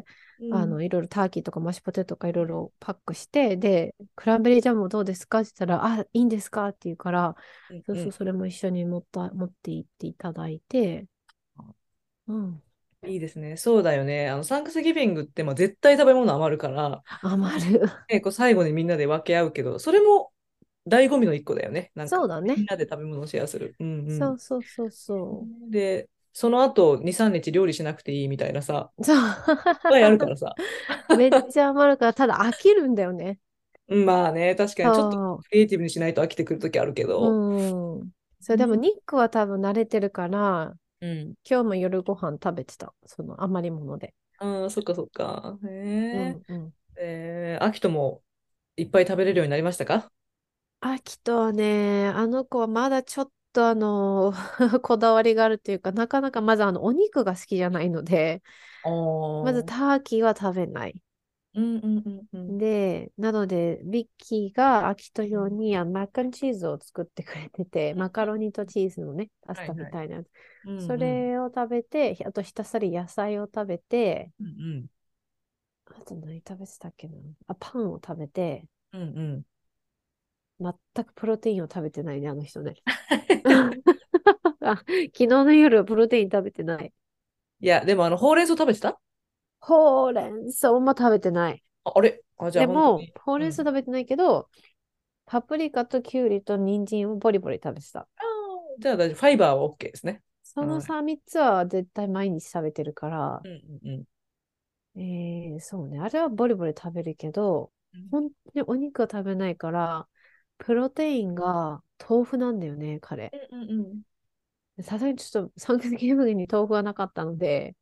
Speaker 1: うん。
Speaker 2: あの、いろいろターキーとかマッシュポテトとかいろいろパックして、で、クランベリージャムもどうですかって言ったら、あ、いいんですかって言うから、そうそう、
Speaker 1: うんうん。
Speaker 2: それも一緒に持った、持って行っていただいて、うん。
Speaker 1: いいですね。そうだよね。あの、サンクスギビングってまあ絶対食べ物余るから、
Speaker 2: 余る。
Speaker 1: ね、こう最後にみんなで分け合うけど、それも醍醐味の一個だよね。なんか、
Speaker 2: そうだね。
Speaker 1: みんなで食べ物をシェアする。うん
Speaker 2: そうそうそうそ
Speaker 1: うん。で、その後に、さんにち料理しなくていいみたいなさ、
Speaker 2: う。そ
Speaker 1: いっぱいあるか
Speaker 2: う。
Speaker 1: らさ。
Speaker 2: めっちゃ余るから、ただ飽きるんだよね。
Speaker 1: うん、まあね、確かにちょっと
Speaker 2: そ
Speaker 1: クリエイティブにしないと飽きてくるときあるけ
Speaker 2: う。
Speaker 1: ど。
Speaker 2: うん。それでも、
Speaker 1: うん。
Speaker 2: ニックは多分慣れてるから、
Speaker 1: うん。
Speaker 2: 今日も夜ご飯食べてた。その余り物で。
Speaker 1: ああ、そっかそっか。へえ。
Speaker 2: うんうん。
Speaker 1: えー、アキトもいっぱい食べれるようになりましたか？
Speaker 2: あきとはね、あの子はまだちょっとあの、こだわりがあるというか、なかなかまずあの、お肉が好きじゃないので、
Speaker 1: ああ
Speaker 2: まず
Speaker 1: ー。
Speaker 2: ターキーは食べない。
Speaker 1: うんうんうんうん。
Speaker 2: で、なので、ビッキーがアキト用
Speaker 1: うん
Speaker 2: にあのマッカンチーズを作ってくれてて、マカロニとチーズのね、パスタ
Speaker 1: はいはい。
Speaker 2: みたいなやつ。そ
Speaker 1: うんうん。
Speaker 2: れを食べて、あとひたすら野菜を食べて、
Speaker 1: うん
Speaker 2: あと何食べてたっけな。あ、パンを食べて、
Speaker 1: うんうんうん。
Speaker 2: 全くプロテインを食べてないね、あの人ね。あ、昨日の夜はプロテイン食べてない。
Speaker 1: いや、でもあの、ほうれん草食べてた？
Speaker 2: ほうれん草も食べてない。
Speaker 1: あ、あれあ、じゃあ
Speaker 2: でも、
Speaker 1: 本当に。
Speaker 2: ほうれん草
Speaker 1: うん。
Speaker 2: 食べてないけど、パプリカとキュウリと人参をボリボリ食べてた。
Speaker 1: あー、じゃあ大丈夫。ファイバーは OK ですね。
Speaker 2: その
Speaker 1: はい。
Speaker 2: さ、みっつは絶対毎日食べてるから、
Speaker 1: うんうんうん。
Speaker 2: えー、そうね。あれはボリボリ食べるけど、本当にお肉は食べないから、プロテインが豆腐なんだよね、彼。
Speaker 1: うんうんうん。
Speaker 2: さすがにちょっとサンクスギビングに豆腐はなかったので、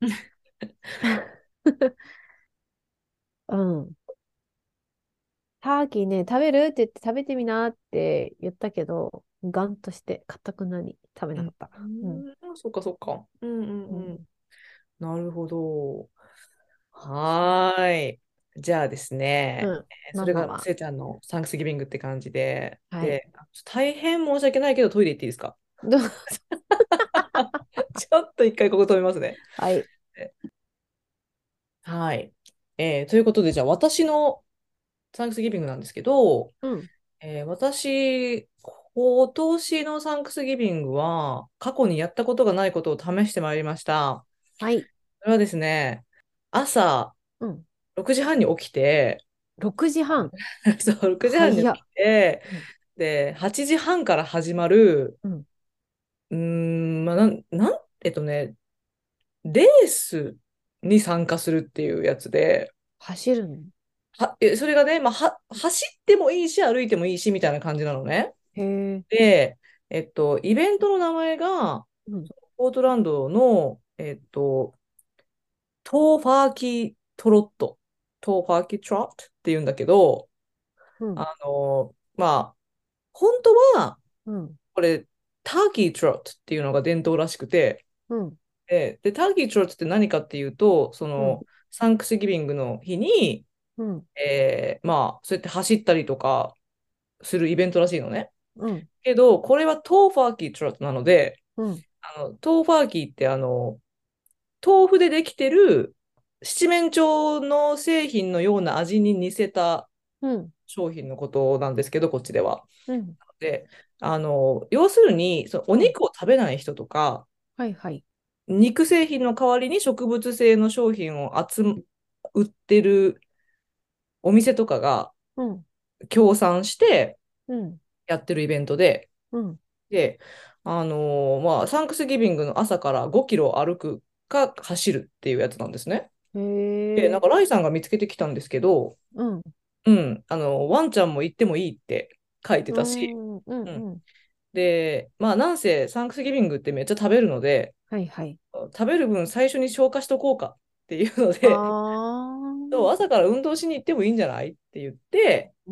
Speaker 2: うん。ターキーね、食べるって言って食べてみなって言ったけど、ガンとして、かたくなに食べ
Speaker 1: うん
Speaker 2: なかった。うん。
Speaker 1: うん。そっかそっか。うんうんうん。
Speaker 2: うん。
Speaker 1: なるほど。
Speaker 2: そう
Speaker 1: はーい。じゃあですね、
Speaker 2: うん。
Speaker 1: えーそれが
Speaker 2: ママは。
Speaker 1: せいちゃんのサンクスギビングって感じで、
Speaker 2: はい。
Speaker 1: で、大変申し訳ないけどトイレ行っていいですか？
Speaker 2: どうぞ。
Speaker 1: ちょっと一回ここ止めますね。
Speaker 2: はい。
Speaker 1: はい。えーということで、じゃあ私のサンクスギビングなんですけど、
Speaker 2: うん。
Speaker 1: えー私、今年のサンクスギビングは、過去にやったことがないことを試してまいりました。
Speaker 2: はい。
Speaker 1: それはですね、朝
Speaker 2: うん。
Speaker 1: ろくじはんに起きて、
Speaker 2: ろくじはん。
Speaker 1: そう、ろくじはんに起
Speaker 2: 早っ。
Speaker 1: きて、
Speaker 2: うん。
Speaker 1: で、はちじはんから始まる、
Speaker 2: うん。
Speaker 1: うーん、まあ、なん、なん、えっとね、レースに参加するっていうやつで、
Speaker 2: 走るの？
Speaker 1: は、えそれがね、まあ、は、走ってもいいし、歩いてもいいし、みたいな感じなのね。
Speaker 2: へえ。
Speaker 1: で、えっと、イベントの名前が、
Speaker 2: うん。
Speaker 1: ポートランドの、えっと、トーファーキートロット、トーファーキートロットっていうんだけど、
Speaker 2: うん。
Speaker 1: あの、まあ、本当は、
Speaker 2: うん。
Speaker 1: これ、ターキートロットっていうのが伝統らしくて、
Speaker 2: うん。
Speaker 1: で、でターキートロットって何かっていうと、そ
Speaker 2: うん。
Speaker 1: の、サンクスギビングの日に、
Speaker 2: うん。
Speaker 1: えーまあ、そうやって走ったりとかするイベントらしいのね。
Speaker 2: うん。
Speaker 1: けど、これはトーファーキートロットなので、
Speaker 2: うん。
Speaker 1: あの、トーファーキーってあの、豆腐でできてる七面鳥の製品のような味に似せた
Speaker 2: うん。
Speaker 1: 商品のことなんですけど、こっちでは。
Speaker 2: うん。
Speaker 1: で、あの、要するに、そのお
Speaker 2: うん。
Speaker 1: 肉を食べない人とか、
Speaker 2: はいはい。
Speaker 1: 肉製品の代わりに植物性の商品を集め売ってるお店とかが
Speaker 2: うん。
Speaker 1: 協賛して
Speaker 2: うん。
Speaker 1: やってるイベントで、
Speaker 2: うん。
Speaker 1: で、あのーまあ、サンクスギビングの朝からごキロ歩くか走るっていうやつなんですね。
Speaker 2: へ
Speaker 1: で、なん
Speaker 2: え。
Speaker 1: かライさんが見つけてきたんですけど、
Speaker 2: うん。
Speaker 1: うん、あの、ワンちゃんも行ってもいいって書いて
Speaker 2: う
Speaker 1: たし、
Speaker 2: ん。うん。
Speaker 1: うん。
Speaker 2: うん。
Speaker 1: で、まあ、なんせサンクスギビングってめっちゃ食べるので、
Speaker 2: はいはい。
Speaker 1: 食べる分最初に消化しとこうかっていうの
Speaker 2: あ
Speaker 1: で、そう、
Speaker 2: あ。
Speaker 1: 朝から運動しに行ってもいいんじゃないって言って、
Speaker 2: うん。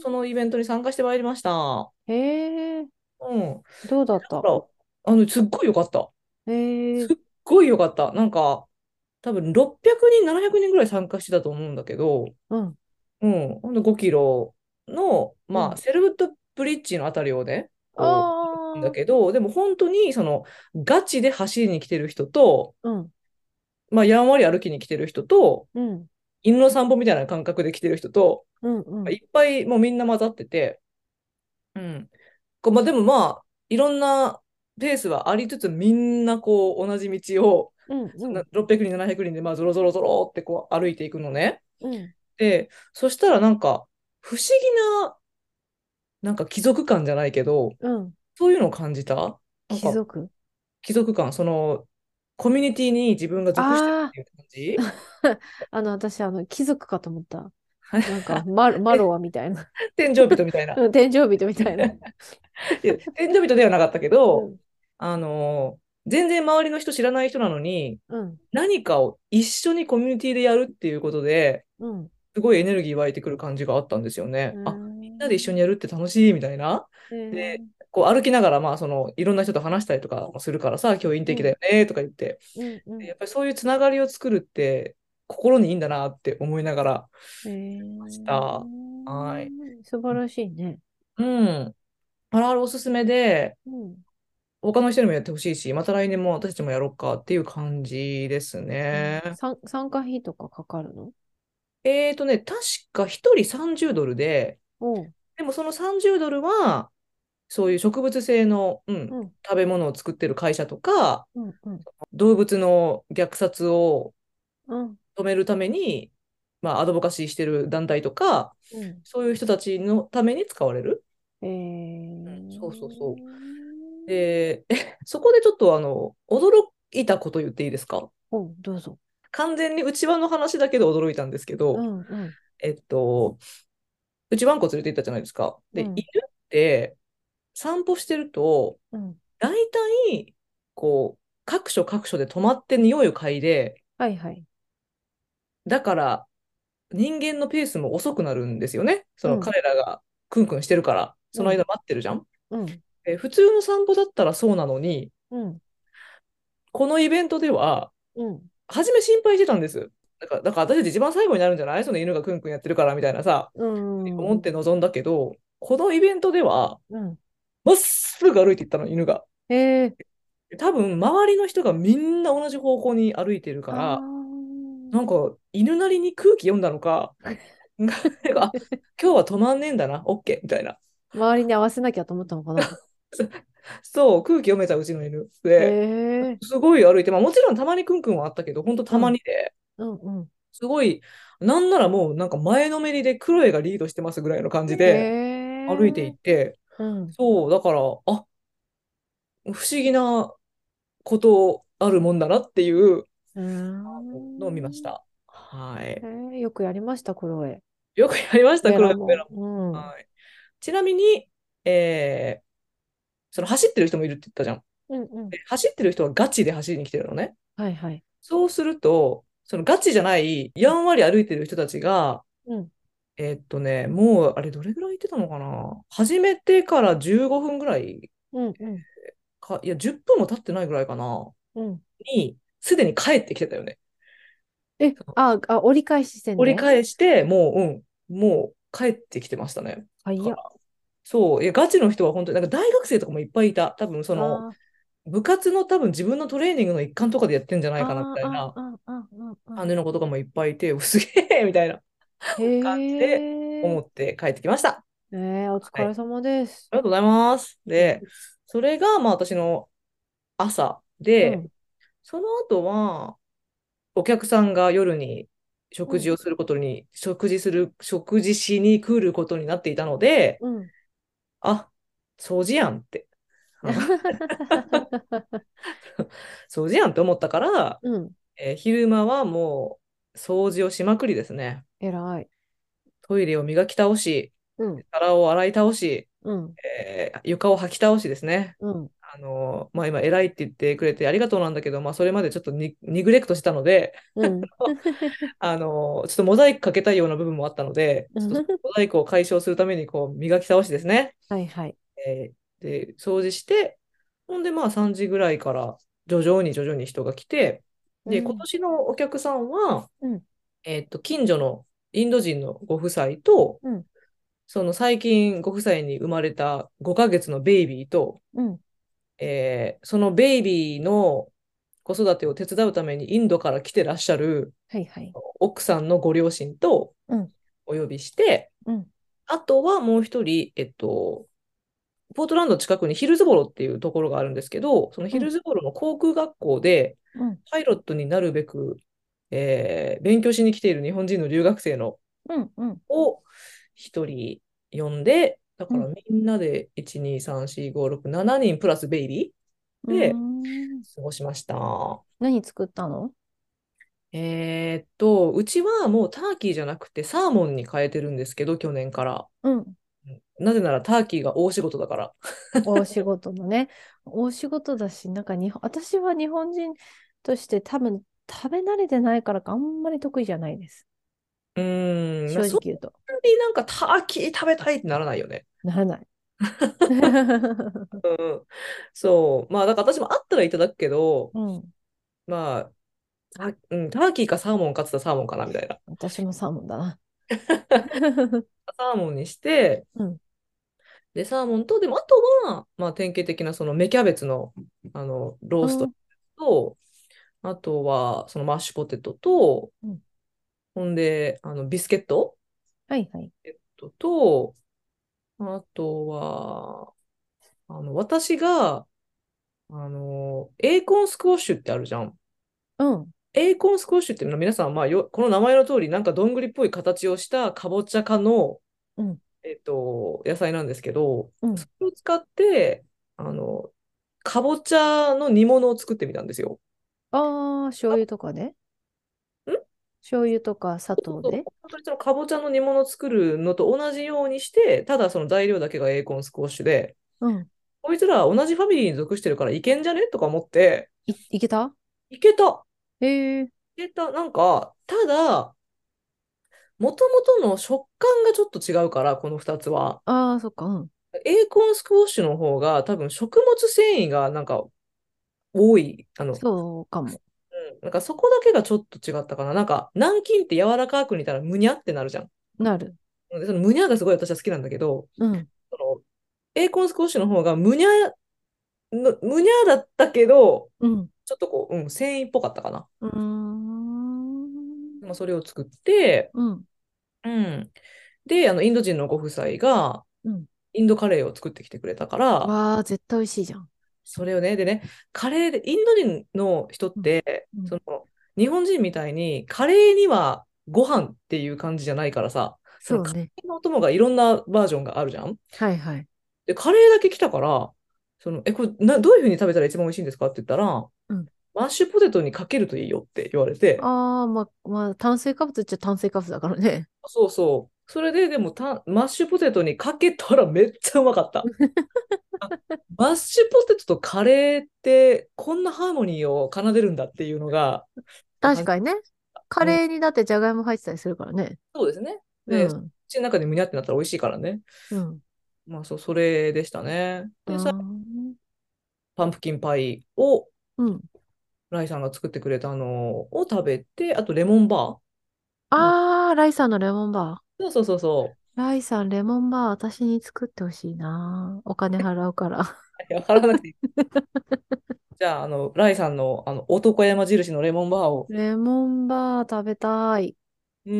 Speaker 1: そのイベントに参加してまいりました。
Speaker 2: へえ。
Speaker 1: うん。だ
Speaker 2: どうだった？
Speaker 1: から、あの、すっごい良かった。
Speaker 2: へえ。
Speaker 1: すっごい良かった。なんか、多分ろっぴゃくにん、ななひゃくにんぐらい参加してたと思うんだけど、
Speaker 2: うん。
Speaker 1: うん、ほんとごキロの、まあ、
Speaker 2: うん。
Speaker 1: セルフットブリッジのあたりをね、
Speaker 2: あ
Speaker 1: こう、歩くんだ
Speaker 2: あ。
Speaker 1: けど、でも本当に、その、ガチで走りに来てる人と、
Speaker 2: うん。
Speaker 1: まあ、やんわり歩きに来てる人と、
Speaker 2: うん。
Speaker 1: 犬の散歩みたいな感覚で来てる人と、
Speaker 2: うん。うん。
Speaker 1: いっぱいもうみんな混ざってて、うん。こうまあ、でもまあ、いろんなペースはありつつ、みんなこう、同じ道を、
Speaker 2: うん。うん。
Speaker 1: そんなろっぴゃくにん、ななひゃくにんで、まあ、ゾロゾロゾロってこう歩いていくのね。
Speaker 2: うん。
Speaker 1: で、そしたらなんか、不思議な、なんか貴族感じゃないけど、
Speaker 2: うん。
Speaker 1: そういうのを感じた。なんか、
Speaker 2: 貴族。
Speaker 1: 貴族感、その、コミュニティに自分が属してるっ
Speaker 2: あ
Speaker 1: ていう感じ。
Speaker 2: あ。あの、私、あの、貴族かと思った。なんか、マロ、マロ
Speaker 1: え、
Speaker 2: ワみたいな。
Speaker 1: 天井人みたいな。
Speaker 2: うん、天井人みたいな。
Speaker 1: いや天井人ではなかったけど、
Speaker 2: うん。
Speaker 1: あのー全然周りの人知らない人なのに、
Speaker 2: うん。
Speaker 1: 何かを一緒にコミュニティでやるっていうことで、
Speaker 2: うん。
Speaker 1: すごいエネルギー湧いてくる感じがあったんですよ
Speaker 2: う
Speaker 1: ね。あ、みんなで一緒に
Speaker 2: ん。
Speaker 1: やるって楽しいみたいな。
Speaker 2: え
Speaker 1: で、
Speaker 2: ー、
Speaker 1: こう歩きながら、まあ、その、いろんな人と話したりとかもするからさ、教員
Speaker 2: うん。
Speaker 1: 的だよねとか言って、
Speaker 2: うん。う
Speaker 1: で
Speaker 2: ん。
Speaker 1: やっぱりそういうつながりを作るって心にいいんだなって思いながら
Speaker 2: え
Speaker 1: ました。はい。
Speaker 2: ー、素晴らしいね。
Speaker 1: うん。あらあるおすすめで、
Speaker 2: うん。
Speaker 1: 他の人にもやってほしいし、また来年も私たちもやろうかっていう感じです
Speaker 2: うん。
Speaker 1: ね。
Speaker 2: 参参加費とかかかるの？
Speaker 1: えーとね、確かひとりさんじゅうドルで、
Speaker 2: おう。
Speaker 1: でもそのさんじゅうドルは、そういう植物性の、うん、
Speaker 2: うん。
Speaker 1: 食べ物を作ってる会社とか、
Speaker 2: うん。うん。
Speaker 1: 動物の虐殺を
Speaker 2: うん。
Speaker 1: 止めるために、まあ、アドボカシーしてる団体とか、
Speaker 2: うん。
Speaker 1: そういう人たちのために使われる。
Speaker 2: え
Speaker 1: うん、そうそう
Speaker 2: ー。
Speaker 1: そう。で、そこでちょっとあの、驚いたこと言っていいですか？
Speaker 2: おう、どうぞ。
Speaker 1: 完全に内輪の話だけど驚いたんですけど、
Speaker 2: うん。うん。
Speaker 1: えっと、うちワンコ連れて行ったじゃないですか。で、犬
Speaker 2: うん。
Speaker 1: って散歩してると、
Speaker 2: うん。
Speaker 1: 大体、こう、各所各所で止まって匂いを嗅いで、
Speaker 2: はいはい。
Speaker 1: だから人間のペースも遅くなるんですよね。その
Speaker 2: うん。
Speaker 1: 彼らがクンクンしてるから、そ
Speaker 2: うん。
Speaker 1: の間待ってるじゃん。
Speaker 2: うん。
Speaker 1: え普通の散歩だったらそうなのに、
Speaker 2: うん。
Speaker 1: このイベントでは、
Speaker 2: うん。
Speaker 1: 初め心配してたんです。だから、だから私たち一番最後になるんじゃないその犬がクンクンやってるからみたいなさ、
Speaker 2: うん。
Speaker 1: 思って臨んだけど、このイベントでは、
Speaker 2: うん。
Speaker 1: まっすぐ歩いていったの、犬が。
Speaker 2: えー。
Speaker 1: 多分、周りの人がみんな同じ方向に歩いてるか
Speaker 2: あ
Speaker 1: ら、
Speaker 2: ー。
Speaker 1: なんか、犬なりに空気読んだのか、なんか、あ、今日は止まんねえんだな、オッケーみたいな。
Speaker 2: 周りに合わせなきゃと思ったのかな。
Speaker 1: そう、空気読めたうちの犬
Speaker 2: へ
Speaker 1: で、
Speaker 2: え。
Speaker 1: すごい歩いて、まあもちろんたまにクンクンはあったけど、本当たま
Speaker 2: うん。
Speaker 1: にで、
Speaker 2: うん。うん。
Speaker 1: すごい、なんならもうなんか前のめりでクロエがリードしてますぐらいの感じ
Speaker 2: へ
Speaker 1: で歩いてい
Speaker 2: え。
Speaker 1: て、
Speaker 2: うん。
Speaker 1: そう、だから、あ、不思議なことあるもんだなっていう
Speaker 2: うー
Speaker 1: のを見まし
Speaker 2: ん。
Speaker 1: た。はい。
Speaker 2: へえ、よくやりました、クロエ。
Speaker 1: よくやりました、クロエもベラ
Speaker 2: ベラも。
Speaker 1: も。
Speaker 2: うん。
Speaker 1: はい。ちなみに、えーその走ってる人もいるって言ったじゃん。
Speaker 2: うん。うん。
Speaker 1: で走ってる人はガチで走りに来てるのね。
Speaker 2: はいはい。
Speaker 1: そうすると、そのガチじゃない、やんわり歩いてる人たちが、
Speaker 2: うん。
Speaker 1: えーっとね、もう、あれ、どれぐらい行ってたのかな。始めてからじゅうごふんぐらい
Speaker 2: うん。うん。
Speaker 1: か、いや、じゅっぷんも経ってないぐらいかな、
Speaker 2: うん。
Speaker 1: に、すでに帰ってきてたよね。
Speaker 2: え、あ、あ、折り返し線
Speaker 1: 折り
Speaker 2: で？
Speaker 1: 返して、もう、うん、もう帰ってきてましたね。
Speaker 2: あ、いや。
Speaker 1: からそう、いや、ガチの人は本当に、なんか大学生とかもいっぱいいた。多分、その、
Speaker 2: あ
Speaker 1: 部活の多分自分のトレーニングの一環とかでやってんじゃないかな、み
Speaker 2: あ、ああ、
Speaker 1: たいな
Speaker 2: ああ、ああ、あ
Speaker 1: 感じの子とかもいっぱいいて、すげえみたいな
Speaker 2: へ
Speaker 1: 感じで思
Speaker 2: え。
Speaker 1: って帰ってきました。
Speaker 2: えー、お
Speaker 1: はい。
Speaker 2: 疲れ様です。
Speaker 1: ありがとうございます。
Speaker 2: うん。
Speaker 1: で、それが、まあ、私の朝で、
Speaker 2: うん。
Speaker 1: その後は、お客さんが夜に
Speaker 2: うん。
Speaker 1: 食事をすることに、食事する、食事しに来ることになっていたので、
Speaker 2: うん。
Speaker 1: あ、 掃除やんって。あの掃除やんって思ったから、
Speaker 2: うん。
Speaker 1: えー昼間はもう掃除をしまくりですね。
Speaker 2: えらい。
Speaker 1: トイレを磨き倒し、
Speaker 2: うん。
Speaker 1: 皿を洗い倒し、
Speaker 2: うん。
Speaker 1: えー床を掃き倒しですね。
Speaker 2: うん。
Speaker 1: あのまあ、今、偉いって言ってくれてありがとうなんだけど、まあ、それまでちょっとニ、ニグレクトしてたので、
Speaker 2: うん。
Speaker 1: あのちょっとモザイクかけたいような部分もあったので、ちょっとモザイクを解消するためにこう磨き倒しですね。
Speaker 2: はいはい。
Speaker 1: えーで、掃除して、ほんで、まあさんじぐらいから徐々に徐々に人が来て、で、今
Speaker 2: うん。
Speaker 1: 年のお客さんは、
Speaker 2: うん。
Speaker 1: えっと、近所のインド人のご夫妻と、
Speaker 2: うん。
Speaker 1: その最近ご夫妻に生まれたごかげつのベイビーと、
Speaker 2: うん。
Speaker 1: えーそのベイビーの子育てを手伝うためにインドから来てらっしゃる
Speaker 2: はいはい。
Speaker 1: 奥さんのご両親と
Speaker 2: うん。
Speaker 1: お呼びして、
Speaker 2: うん。
Speaker 1: あとはもう一人、えっと、ポートランド近くにヒルズボロっていうところがあるんですけど、そのヒル
Speaker 2: うん。
Speaker 1: ズボロの航空学校で
Speaker 2: うん。
Speaker 1: パイロットになるべく、えー勉強しに来ている日本人の留学生の
Speaker 2: うん。うん。
Speaker 1: を一人呼んで、だ
Speaker 2: うん。
Speaker 1: からみんなでいち、に、さん、よん、ご、ろく、しちにんプラスベイビ
Speaker 2: うー
Speaker 1: ーで
Speaker 2: ん。
Speaker 1: 過ごしました。
Speaker 2: 何作ったの？
Speaker 1: えーっと、うちはもうターキーじゃなくてサーモンに変えてるんですけど、去年から。
Speaker 2: うん。
Speaker 1: うんなぜならターキーが大仕事だから。
Speaker 2: 大仕事のね。大仕事だし、なんか日本、私は日本人として多分食べ慣れてないからかあんまり得意じゃないです。
Speaker 1: うーん、まあ、そん
Speaker 2: 正直言うと。
Speaker 1: なになんかターキー食べたいってならないよね。
Speaker 2: ならない。
Speaker 1: うん、そう。まあ、だから私もあったらいただくけど、
Speaker 2: うん。
Speaker 1: まあ、たうん、ターキーかサーモンかって言ったらサーモンかなみたいな。
Speaker 2: 私もサーモンだな。
Speaker 1: サーモンにして、
Speaker 2: うん。
Speaker 1: で、サーモンと、でもあとは、まあ、典型的なその芽キャベツの、あのロースト
Speaker 2: うん。
Speaker 1: と、あとはそのマッシュポテトと、
Speaker 2: うん。
Speaker 1: ほんで、あのビスケット
Speaker 2: はいはい。
Speaker 1: ビスケットと、あとは、あの私が、あの、エーコンスクワッシュってあるじゃん。
Speaker 2: うん。
Speaker 1: エーコンスクワッシュっていうのは皆さん、まあ、よこの名前の通り、なんかどんぐりっぽい形をしたかぼちゃ科の、
Speaker 2: うん。
Speaker 1: えっと、野菜なんですけど、
Speaker 2: うん。
Speaker 1: それを使って、あの、かぼちゃの煮物を作ってみたんですよ。
Speaker 2: ああ、醤油とかね。
Speaker 1: ん
Speaker 2: 醤油とか砂糖で。
Speaker 1: 本当にそのかぼちゃの煮物を作るのと同じようにして、ただその材料だけがエーコンスクワッシュで、
Speaker 2: うん。
Speaker 1: こいつら同じファミリーに属してるからいけんじゃねとか思って、
Speaker 2: い、いけた？
Speaker 1: いけた。
Speaker 2: へえ。
Speaker 1: いけた。なんか、ただ、もともとの食感がちょっと違うから、このふたつは。
Speaker 2: ああ、そっか。うん。
Speaker 1: エーコンスクワッシュの方が多分食物繊維がなんか多い。あの、
Speaker 2: そうかも。
Speaker 1: うん、なんかそこだけがちょっと違ったかな。なんか南京って柔らかく煮たらむにゃってなるじゃん。
Speaker 2: なる。
Speaker 1: でそのむにゃがすごい私は好きなんだけど、
Speaker 2: うん。
Speaker 1: そのエーコンスクワッシュの方がむにゃの、むにゃだったけど、
Speaker 2: うん。
Speaker 1: ちょっとこう、うん、繊維っぽかったかな。
Speaker 2: うーん。
Speaker 1: まあ、それを作って、
Speaker 2: うん。
Speaker 1: うん。で、あの、インド人のご夫妻が、
Speaker 2: うん。
Speaker 1: インドカレーを作ってきてくれたから、
Speaker 2: わあ、絶対美味しいじゃん。
Speaker 1: それをね、でね、カレーで、インド人の人っ
Speaker 2: うん。
Speaker 1: て、
Speaker 2: うん。
Speaker 1: その、日本人みたいに、カレーにはご飯っていう感じじゃないからさ、そのカ
Speaker 2: そうね。
Speaker 1: レーのお供がいろんなバージョンがあるじゃん。
Speaker 2: はいはい。
Speaker 1: で、カレーだけ来たから、その、え、これな、どういうふうに食べたら一番美味しいんですかって言ったら、
Speaker 2: うん。
Speaker 1: マッシュポテトにかけるといいよって言われて、
Speaker 2: ああ、まあ、まあ、炭水化物っちゃ炭水化物だからね。
Speaker 1: そうそう。それで、でもた、マッシュポテトにかけたらめっちゃうまかった。あマッシュポテトとカレーってこんなハーモニーを奏でるんだっていうのが、は
Speaker 2: 確かにね。カ
Speaker 1: うん、
Speaker 2: レーにだってじゃがいも入ってたりするからね。
Speaker 1: そうですね。で、
Speaker 2: うん。
Speaker 1: 口の中でむにゃってなったら美味しいからね。
Speaker 2: うん。
Speaker 1: まあそう、それでしたね。
Speaker 2: あ
Speaker 1: で、さ、
Speaker 2: ー
Speaker 1: パンプキンパイを
Speaker 2: うん。
Speaker 1: ライさんが作ってくれたのを食べて、あとレモンバー。うん、
Speaker 2: ああ、ライさんのレモンバー。
Speaker 1: そうそうそうそ
Speaker 2: ライさん、レモンバー私に作ってほしいな。お金払うから。
Speaker 1: う。いや払わなくていい。じゃあ、あの、ライさんの、あの男山印のレモンバーを、
Speaker 2: レモンバー食べたい。
Speaker 1: うん、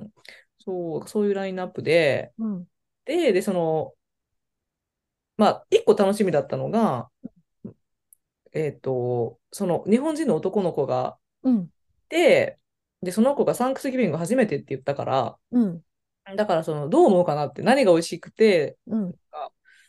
Speaker 1: そう、そういうラインナップで、
Speaker 2: うん。
Speaker 1: で、で、その、まあ、一個楽しみだったのが、えっと、その日本人の男の子が
Speaker 2: うん。
Speaker 1: いて、で、その子がサンクスギビング初めてって言ったから、
Speaker 2: うん。
Speaker 1: だからその、どう思うかなって、何が美味しくて、
Speaker 2: うん。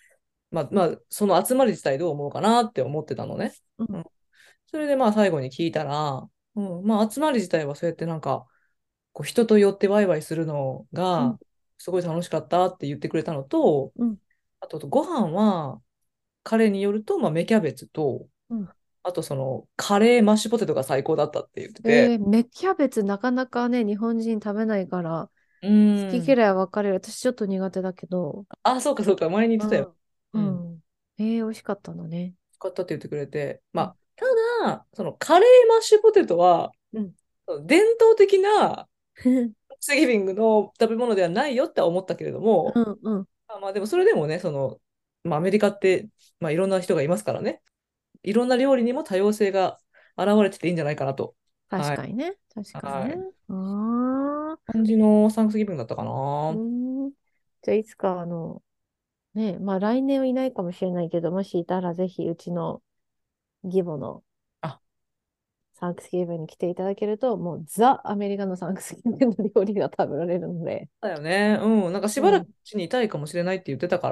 Speaker 1: まあ、まあ、その集まり自体どう思うかなって思ってたのね。
Speaker 2: うん、
Speaker 1: うん、それでまあ最後に聞いたら、うん、まあ集まり自体はそうやってなんか、こう人と寄ってワイワイするの
Speaker 2: うん、
Speaker 1: がすごい楽しかったって言ってくれたのと、
Speaker 2: うん、
Speaker 1: あとご飯は彼によると、まあ、芽キャベツと、
Speaker 2: うん。
Speaker 1: あとそのカレーマッシュポテトが最高だったって言ってて、
Speaker 2: えー、芽キャベツなかなかね、日本人食べないから、
Speaker 1: う
Speaker 2: 好き
Speaker 1: ーん、
Speaker 2: 嫌い分かれる。私ちょっと苦手だけど。
Speaker 1: あ、そうかそうか、前に言ってたよ。
Speaker 2: うん。
Speaker 1: うん、
Speaker 2: うん。えー、美味しかったのね。
Speaker 1: 使ったって言ってくれて、ま
Speaker 2: うん。
Speaker 1: あ、ただ、そのカレーマッシュポテトは、
Speaker 2: うん。
Speaker 1: 伝統的なスギビングの食べ物ではないよって思ったけれども、
Speaker 2: うん。うん。
Speaker 1: まあ、まあでもそれでもね、その、まあ、アメリカって、まあ、いろんな人がいますからね、いろんな料理にも多様性が現れてていいんじゃないかなと。はい。
Speaker 2: 確かにね。確かにね。
Speaker 1: はい。
Speaker 2: ああ。
Speaker 1: 感じのサンクスギビングだったか
Speaker 2: う
Speaker 1: な。
Speaker 2: ーん。じゃあ、いつか、あの、ね、まあ来年はいないかもしれないけど、もしいたらぜひうちの義母の
Speaker 1: あ、
Speaker 2: サンクスギビングに来ていただけると、もうザ・アメリカのサンクスギビングの料理が食べられるので。
Speaker 1: だよね。うん。なんかし
Speaker 2: うん。
Speaker 1: ばらくうちにいたいかもしれないって言ってたから、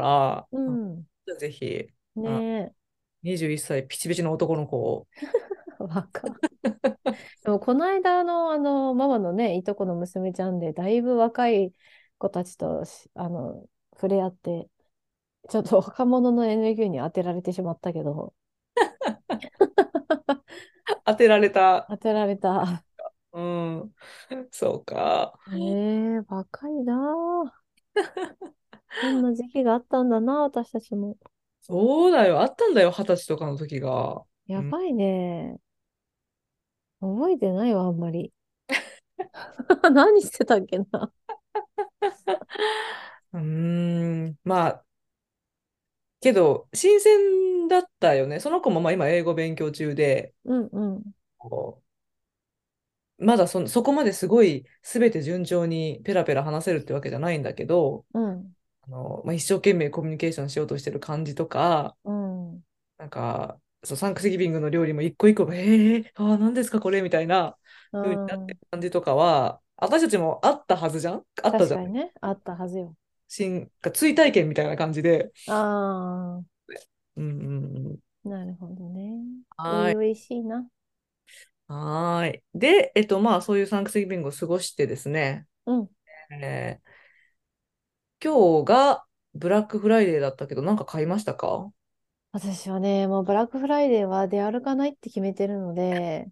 Speaker 2: う
Speaker 1: うん、
Speaker 2: ん。
Speaker 1: ぜひ、
Speaker 2: ね
Speaker 1: あ、
Speaker 2: え。
Speaker 1: にじゅういっさいピチピチの男の子を。
Speaker 2: 若。でもこの間の、あの、ママのね、いとこの娘ちゃんで、だいぶ若い子たちとし、あの、触れ合って、ちょっと若者のエネルギーに当てられてしまったけど、
Speaker 1: 当てられた。
Speaker 2: 当てられた。
Speaker 1: うん。そうか。
Speaker 2: ええ若いなあ。こんな時期があったんだな、私たちも。
Speaker 1: そうだよ。あったんだよ。二十歳とかの時が。うん。
Speaker 2: やばいね。覚えてないわ、あんまり。何してたっけな。
Speaker 1: うーん。まあ、けど、新鮮だったよね。その子もまあ今英語勉強中で、
Speaker 2: うんうん。
Speaker 1: こうまだそ、そこまですごい全て順調にペラペラ話せるってわけじゃないんだけど、
Speaker 2: うん。
Speaker 1: あの、まあ、一生懸命コミュニケーションしようとしてる感じとか、
Speaker 2: うん。
Speaker 1: なんか、そう、サンクスギビングの料理も一個一個が、えー、あー、何ですかこれみたいな
Speaker 2: う
Speaker 1: 風になって
Speaker 2: ん。
Speaker 1: る感じとかは、私たちもあったはずじゃんあったじゃん。
Speaker 2: 確かにね。あったはずよ。
Speaker 1: 新、追体験みたいな感じで。
Speaker 2: あ
Speaker 1: うんうんうん。
Speaker 2: あ、なるほどね。初
Speaker 1: はーい。
Speaker 2: 々しいな。
Speaker 1: はーい。で、えっと、まあ、そういうサンクスギビングを過ごしてですね、
Speaker 2: うん。
Speaker 1: えー今日がブラックフライデーだったけど、なんか買いましたか？
Speaker 2: 私はね、もうブラックフライデーは出歩かないって決めてるので、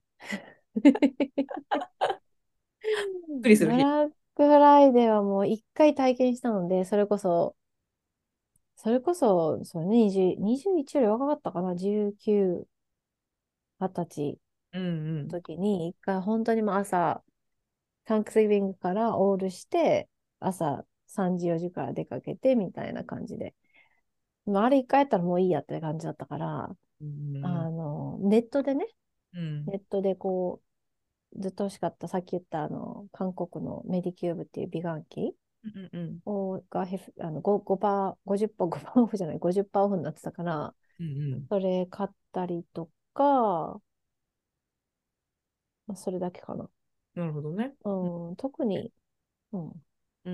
Speaker 1: びっくりする日。
Speaker 2: ブラックフライデーはもう一回体験したので、それこそ、それこそ、そうね、にじゅう、にじゅういちより若かったかな、じゅうきゅう、はたち
Speaker 1: うんう
Speaker 2: の
Speaker 1: ん。
Speaker 2: 時に、一回本当にもう朝、サンクスギビングからオールして、朝さんじ、よじから出かけてみたいな感じで。まあ、あれ一回やったらもういいやって感じだったから、
Speaker 1: うん
Speaker 2: あの、ネットでね、
Speaker 1: うん。
Speaker 2: ネットでこう、ずっと欲しかった、さっき言ったあの、韓国のメディキューブっていう美顔器
Speaker 1: うんうん
Speaker 2: をがヘフあのごごパー、ごじゅっパー、ごパーオフじゃない、ごじゅっパーオフになってたから、
Speaker 1: うんうん。
Speaker 2: それ買ったりとか、まあ、それだけかな。
Speaker 1: なるほどね。
Speaker 2: うん、特に、うん、
Speaker 1: うん。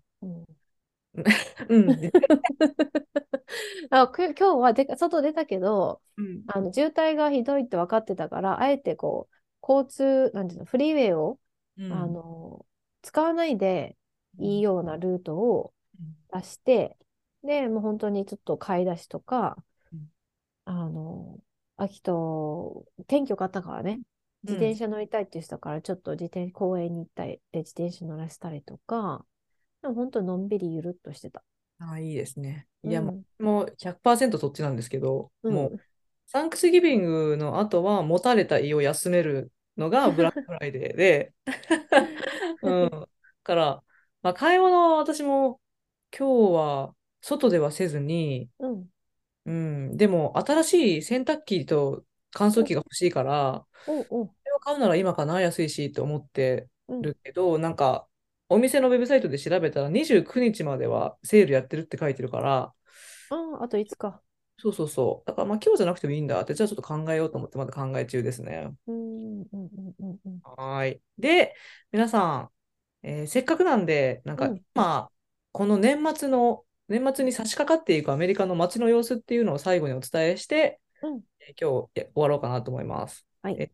Speaker 2: うん。
Speaker 1: うん。で、
Speaker 2: あ、く今日はでか外出たけど、
Speaker 1: うん。
Speaker 2: あの渋滞がひどいって分かってたから、あえてこう、交通、なんていうの、フリーウェイを、あ
Speaker 1: うん。
Speaker 2: の、使わないでいいようなルートを
Speaker 1: うん
Speaker 2: 出して、で、もう本当にちょっと買い出しとか、
Speaker 1: うん
Speaker 2: あの、秋と、天気良かったからね、自
Speaker 1: うん。
Speaker 2: 転車乗りたいっていう人からちょっと自転、公園に行ったり、で自転車乗らせたりとか、でも本当のんびりゆるっとしてた。
Speaker 1: ああ、いいですね。いや、も
Speaker 2: うん、
Speaker 1: う、もうひゃくパーセントそっちなんですけど、もう、
Speaker 2: うん。
Speaker 1: サンクスギビングの後は、持たれた胃を休めるのがブラックフライデーで、うん。から、まあ、買い物は私も今日は外ではせずに、
Speaker 2: うん。
Speaker 1: うん、でも新しい洗濯機と乾燥
Speaker 2: お、
Speaker 1: 機が欲しいから、
Speaker 2: お、お、
Speaker 1: これを買うなら今かな、安いしと思って
Speaker 2: うん。
Speaker 1: るけど、なんか、お店のウェブサイトで調べたらにじゅうくにちまではセールやってるって書いてるから、
Speaker 2: ああ、あといつか。
Speaker 1: そうそうそう。だからまあ今日じゃなくてもいいんだって、じゃあちょっと考えようと思ってまだ考え中ですね。
Speaker 2: うん、うん、うん、うん、うん。
Speaker 1: はーい。で、皆さん、えーせっかくなんで、なんか
Speaker 2: うん、
Speaker 1: 今、この年末の年末に差し掛かっていくアメリカの街の様子っていうのを最後にお伝えして、
Speaker 2: うん。
Speaker 1: え今日え終わろうかなと思います。
Speaker 2: はい。
Speaker 1: え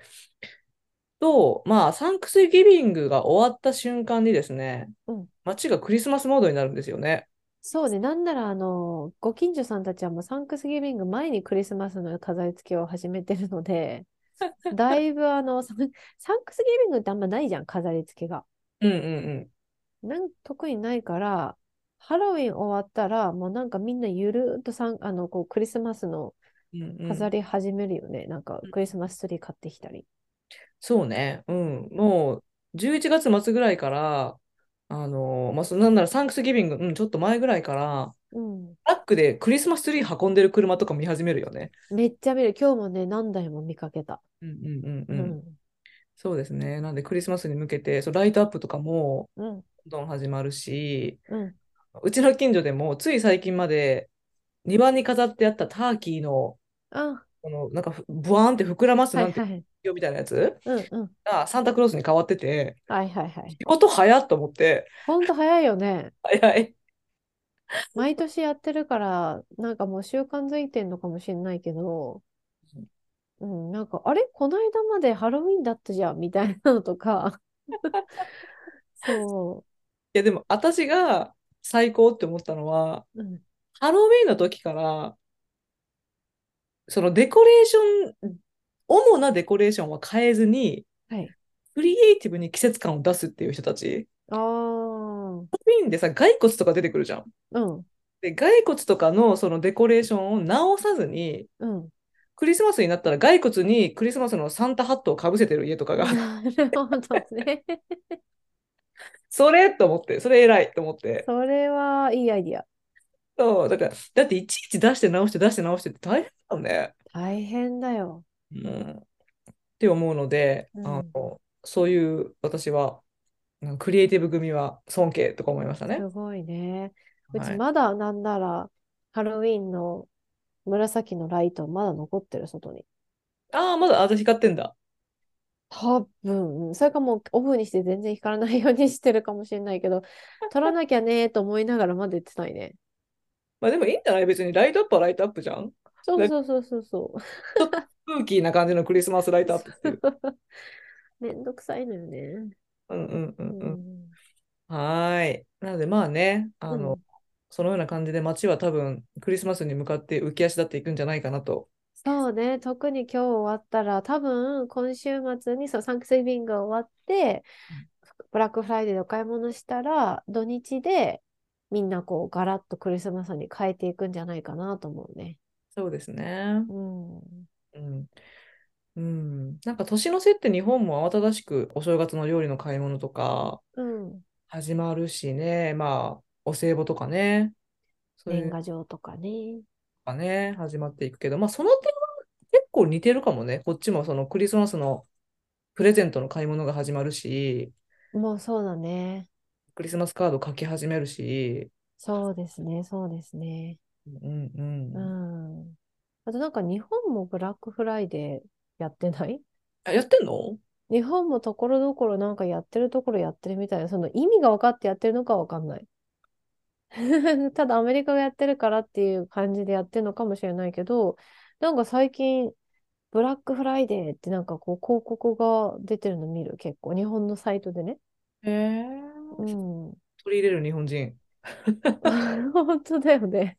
Speaker 1: と、まあ、サンクスギビングが終わった瞬間にですね、
Speaker 2: うん。
Speaker 1: 街がクリスマスモードになるんですよね。
Speaker 2: そうね。なんなら、あの、ご近所さんたちはもうサンクスギビング前にクリスマスの飾り付けを始めてるので、だいぶあの、サンサンクスギビングってあんまないじゃん、飾り付けが。
Speaker 1: うんうん
Speaker 2: なん特にないから、ハロウィン終わったら、もうなんかみんなゆるーっとさん、あの、こう、クリスマスの
Speaker 1: うんうんうん。
Speaker 2: 飾り始めるよね。なんか、クリスマスツリー買ってきたり。
Speaker 1: そうね。うん。もう、じゅういちがつ末ぐらいから、あの、まあ、そなんならサンクスギビング、うん、ちょっと前ぐらいから、
Speaker 2: うん。
Speaker 1: トラックでクリスマスツリー運んでる車とか見始めるよね。
Speaker 2: めっちゃ見る。今日もね、何台も見かけた。
Speaker 1: うんうんうんうん。
Speaker 2: うん。
Speaker 1: そうですね。なんでクリスマスに向けて、そうライトアップとかも
Speaker 2: うん。
Speaker 1: どんどん始まるし、
Speaker 2: うん。
Speaker 1: うちの近所でもつい最近まで庭に飾ってあったターキーの、
Speaker 2: あ、
Speaker 1: このなんかふブワーンって膨らますなんて
Speaker 2: はいはい。
Speaker 1: よみたいなやつ
Speaker 2: うんうん。
Speaker 1: がサンタクロースに変わってて、
Speaker 2: はいはいはい。
Speaker 1: 仕事早っと思って、
Speaker 2: ほんと早いよね。
Speaker 1: 早い。
Speaker 2: 毎年やってるから、なんかもう習慣づいてんのかもしれないけど、うん、なんか、あれこの間までハロウィンだったじゃんみたいなのとか、そ
Speaker 1: いやでも私が最高って思ったのは、
Speaker 2: う。うん。
Speaker 1: ハロウィンの時からそのデコレーション、主なデコレーションは変えずに、
Speaker 2: はい。
Speaker 1: クリエイティブに季節感を出すっていう人たち。
Speaker 2: ああ、
Speaker 1: ハロウィンでさ、骸骨とか出てくるじゃん。
Speaker 2: うん、
Speaker 1: で、骸骨とかのそのデコレーションを直さずに、
Speaker 2: うん。
Speaker 1: クリスマスになったら骸骨にクリスマスのサンタハットをかぶせてる家とかがあって、
Speaker 2: なるほどね。
Speaker 1: それと思って、それ偉いと思って。
Speaker 2: それはいいアイディア。
Speaker 1: そう、だから、だっていちいち出して直して出して直してって大変だよね。
Speaker 2: 大変だよ。
Speaker 1: うん、って思うので、
Speaker 2: うん。
Speaker 1: あの、そういう私は、うんクリエイティブ組は尊敬とか思いましたね。
Speaker 2: すごいね。うち
Speaker 1: はい。
Speaker 2: まだなんなら、ハロウィンの紫のライトまだ残ってる、外に。
Speaker 1: ああ、まだ私光ってんだ。
Speaker 2: 多分、それかもうオフにして全然光らないようにしてるかもしれないけど、撮らなきゃねーと思いながらまだ言ってないね。
Speaker 1: まあでもいいんじゃない別にライトアップはライトアップじゃん。
Speaker 2: そう
Speaker 1: でち
Speaker 2: そうそうそうそ
Speaker 1: ょっと空気な感じのクリスマスライ
Speaker 2: う。
Speaker 1: トアップしてる。
Speaker 2: めんどくさいのよね。
Speaker 1: うんうんう
Speaker 2: う
Speaker 1: んうん。
Speaker 2: ん。
Speaker 1: はーい。なのでまあね、あの、
Speaker 2: うん。
Speaker 1: そのような感じで街は多分クリスマスに向かって浮き足立っていくんじゃないかなと。
Speaker 2: そうね。特に今日終わったら、多分今週末にそうサンクスギビングが終わって、ブラックフライデーでお買い物したら、土日でみんなこうガラッとクリスマスに変えていくんじゃないかなと思うね。
Speaker 1: そうですね。
Speaker 2: うん。
Speaker 1: うん。うん。なんか年の瀬って日本も慌ただしくお正月の料理の買い物とか
Speaker 2: うん。
Speaker 1: 始まるしね、まあ、お歳暮とかね、そういう
Speaker 2: 年賀状とかね。
Speaker 1: のがね、始まっていくけど、まあその点は結構似てるかもね。こっちもそのクリスマスのプレゼントの買い物が始まるし、
Speaker 2: もうそうだね。
Speaker 1: クリスマスカード書き始めるし、
Speaker 2: そうですね。そうですね。
Speaker 1: うんう
Speaker 2: う
Speaker 1: ん。
Speaker 2: ん。あとなんか日本もブラックフライデーやってない？
Speaker 1: あ、やってんの？
Speaker 2: 日本もところどころなんかやってるところやってるみたいな、その意味が分かってやってるのかわかんない。ただアメリカがやってるからっていう感じでやってるのかもしれないけど、なんか最近、ブラックフライデーってなんかこう広告が出てるの見る結構。日本のサイトでね。
Speaker 1: へえ。
Speaker 2: うん。
Speaker 1: 取り入れる日本人。
Speaker 2: 本当だよね。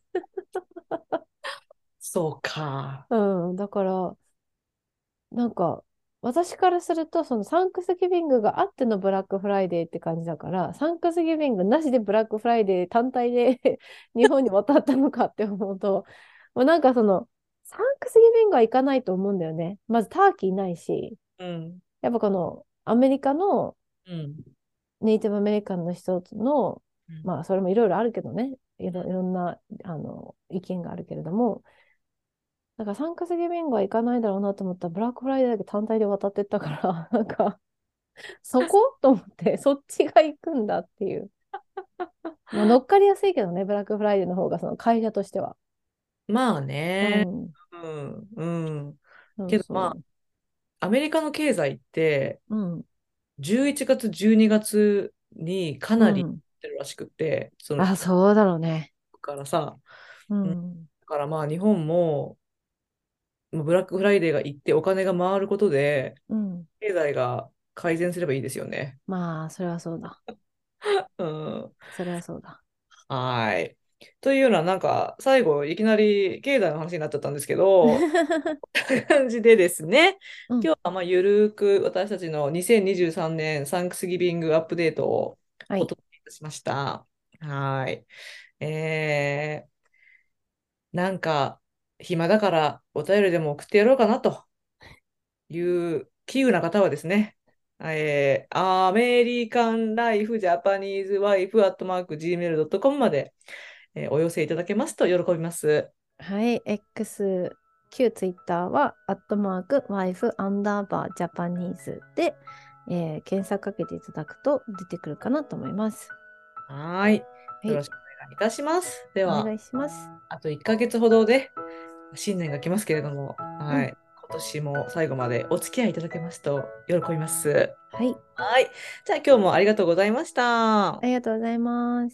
Speaker 1: そうか。
Speaker 2: うん。だから、なんか、私からすると、そのサンクスギビングがあってのブラックフライデーって感じだから、サンクスギビングなしでブラックフライデー単体で日本に渡ったのかって思うと、もうなんかその、サンクスギビングは行かないと思うんだよね。まずターキーないし、
Speaker 1: うん。
Speaker 2: やっぱこのアメリカの
Speaker 1: うん。
Speaker 2: ネイティブアメリカンの人の、
Speaker 1: うん。
Speaker 2: まあそれもいろいろあるけどね、いろ、いろんなあの意見があるけれども、だからサンクスギビングは行かないだろうなと思ったら、ブラックフライデーだけ単体で渡ってったから、なんか、そこと思って、そっちが行くんだっていう。まあ、乗っかりやすいけどね、ブラックフライデーの方が、その会社としては。
Speaker 1: まあ
Speaker 2: う
Speaker 1: ね。
Speaker 2: ん。
Speaker 1: うん。うん。
Speaker 2: そう
Speaker 1: けどま
Speaker 2: そ
Speaker 1: あ、アメリカの経済って
Speaker 2: う。うん。
Speaker 1: じゅういちがつ、じゅうにがつにがつにかなり
Speaker 2: うん。
Speaker 1: 出るらしくって、その
Speaker 2: あ、そうだろうね。
Speaker 1: からさ、
Speaker 2: う
Speaker 1: うん、だ
Speaker 2: ん。
Speaker 1: からまあ日本ももうブラックフライデーが行ってお金が回ることで、
Speaker 2: うん。
Speaker 1: 経済が改善すればいいですよね。
Speaker 2: まあ、それはそうだ。
Speaker 1: うん。
Speaker 2: それはそうだ。
Speaker 1: はい。というような、なんか、最後、いきなり経済の話になっちゃったんですけど、感じでですね、
Speaker 2: うん。
Speaker 1: 今日はまあゆるーく私たちのにせんにじゅうさんねんサンクスギビングアップデートを
Speaker 2: はい。
Speaker 1: お届けいたしました。はい。えー、なんか、暇だからお便りでも送ってやろうかなという稀有な方はですね、えー、アメリカンライフジャパニーズワイフアットマーク ジーメールドットコム まで、えーお寄せいただけますと喜びます。
Speaker 2: はい。X、旧 Twitter は、アットマーク、ワイフ、アンダーバー、ジャパニーズで、えー検索かけていただくと出てくるかなと思います。
Speaker 1: はい。
Speaker 2: はい。
Speaker 1: よろしくお願いいたします。では、
Speaker 2: お願いします。
Speaker 1: あといっかげつほどで新年が来ますけれども、
Speaker 2: うん。
Speaker 1: はい。今年も最後までお付き合いいただけますと喜びます。
Speaker 2: はい。
Speaker 1: はい。じゃあ今日もありがとうございました。
Speaker 2: ありがとうございます。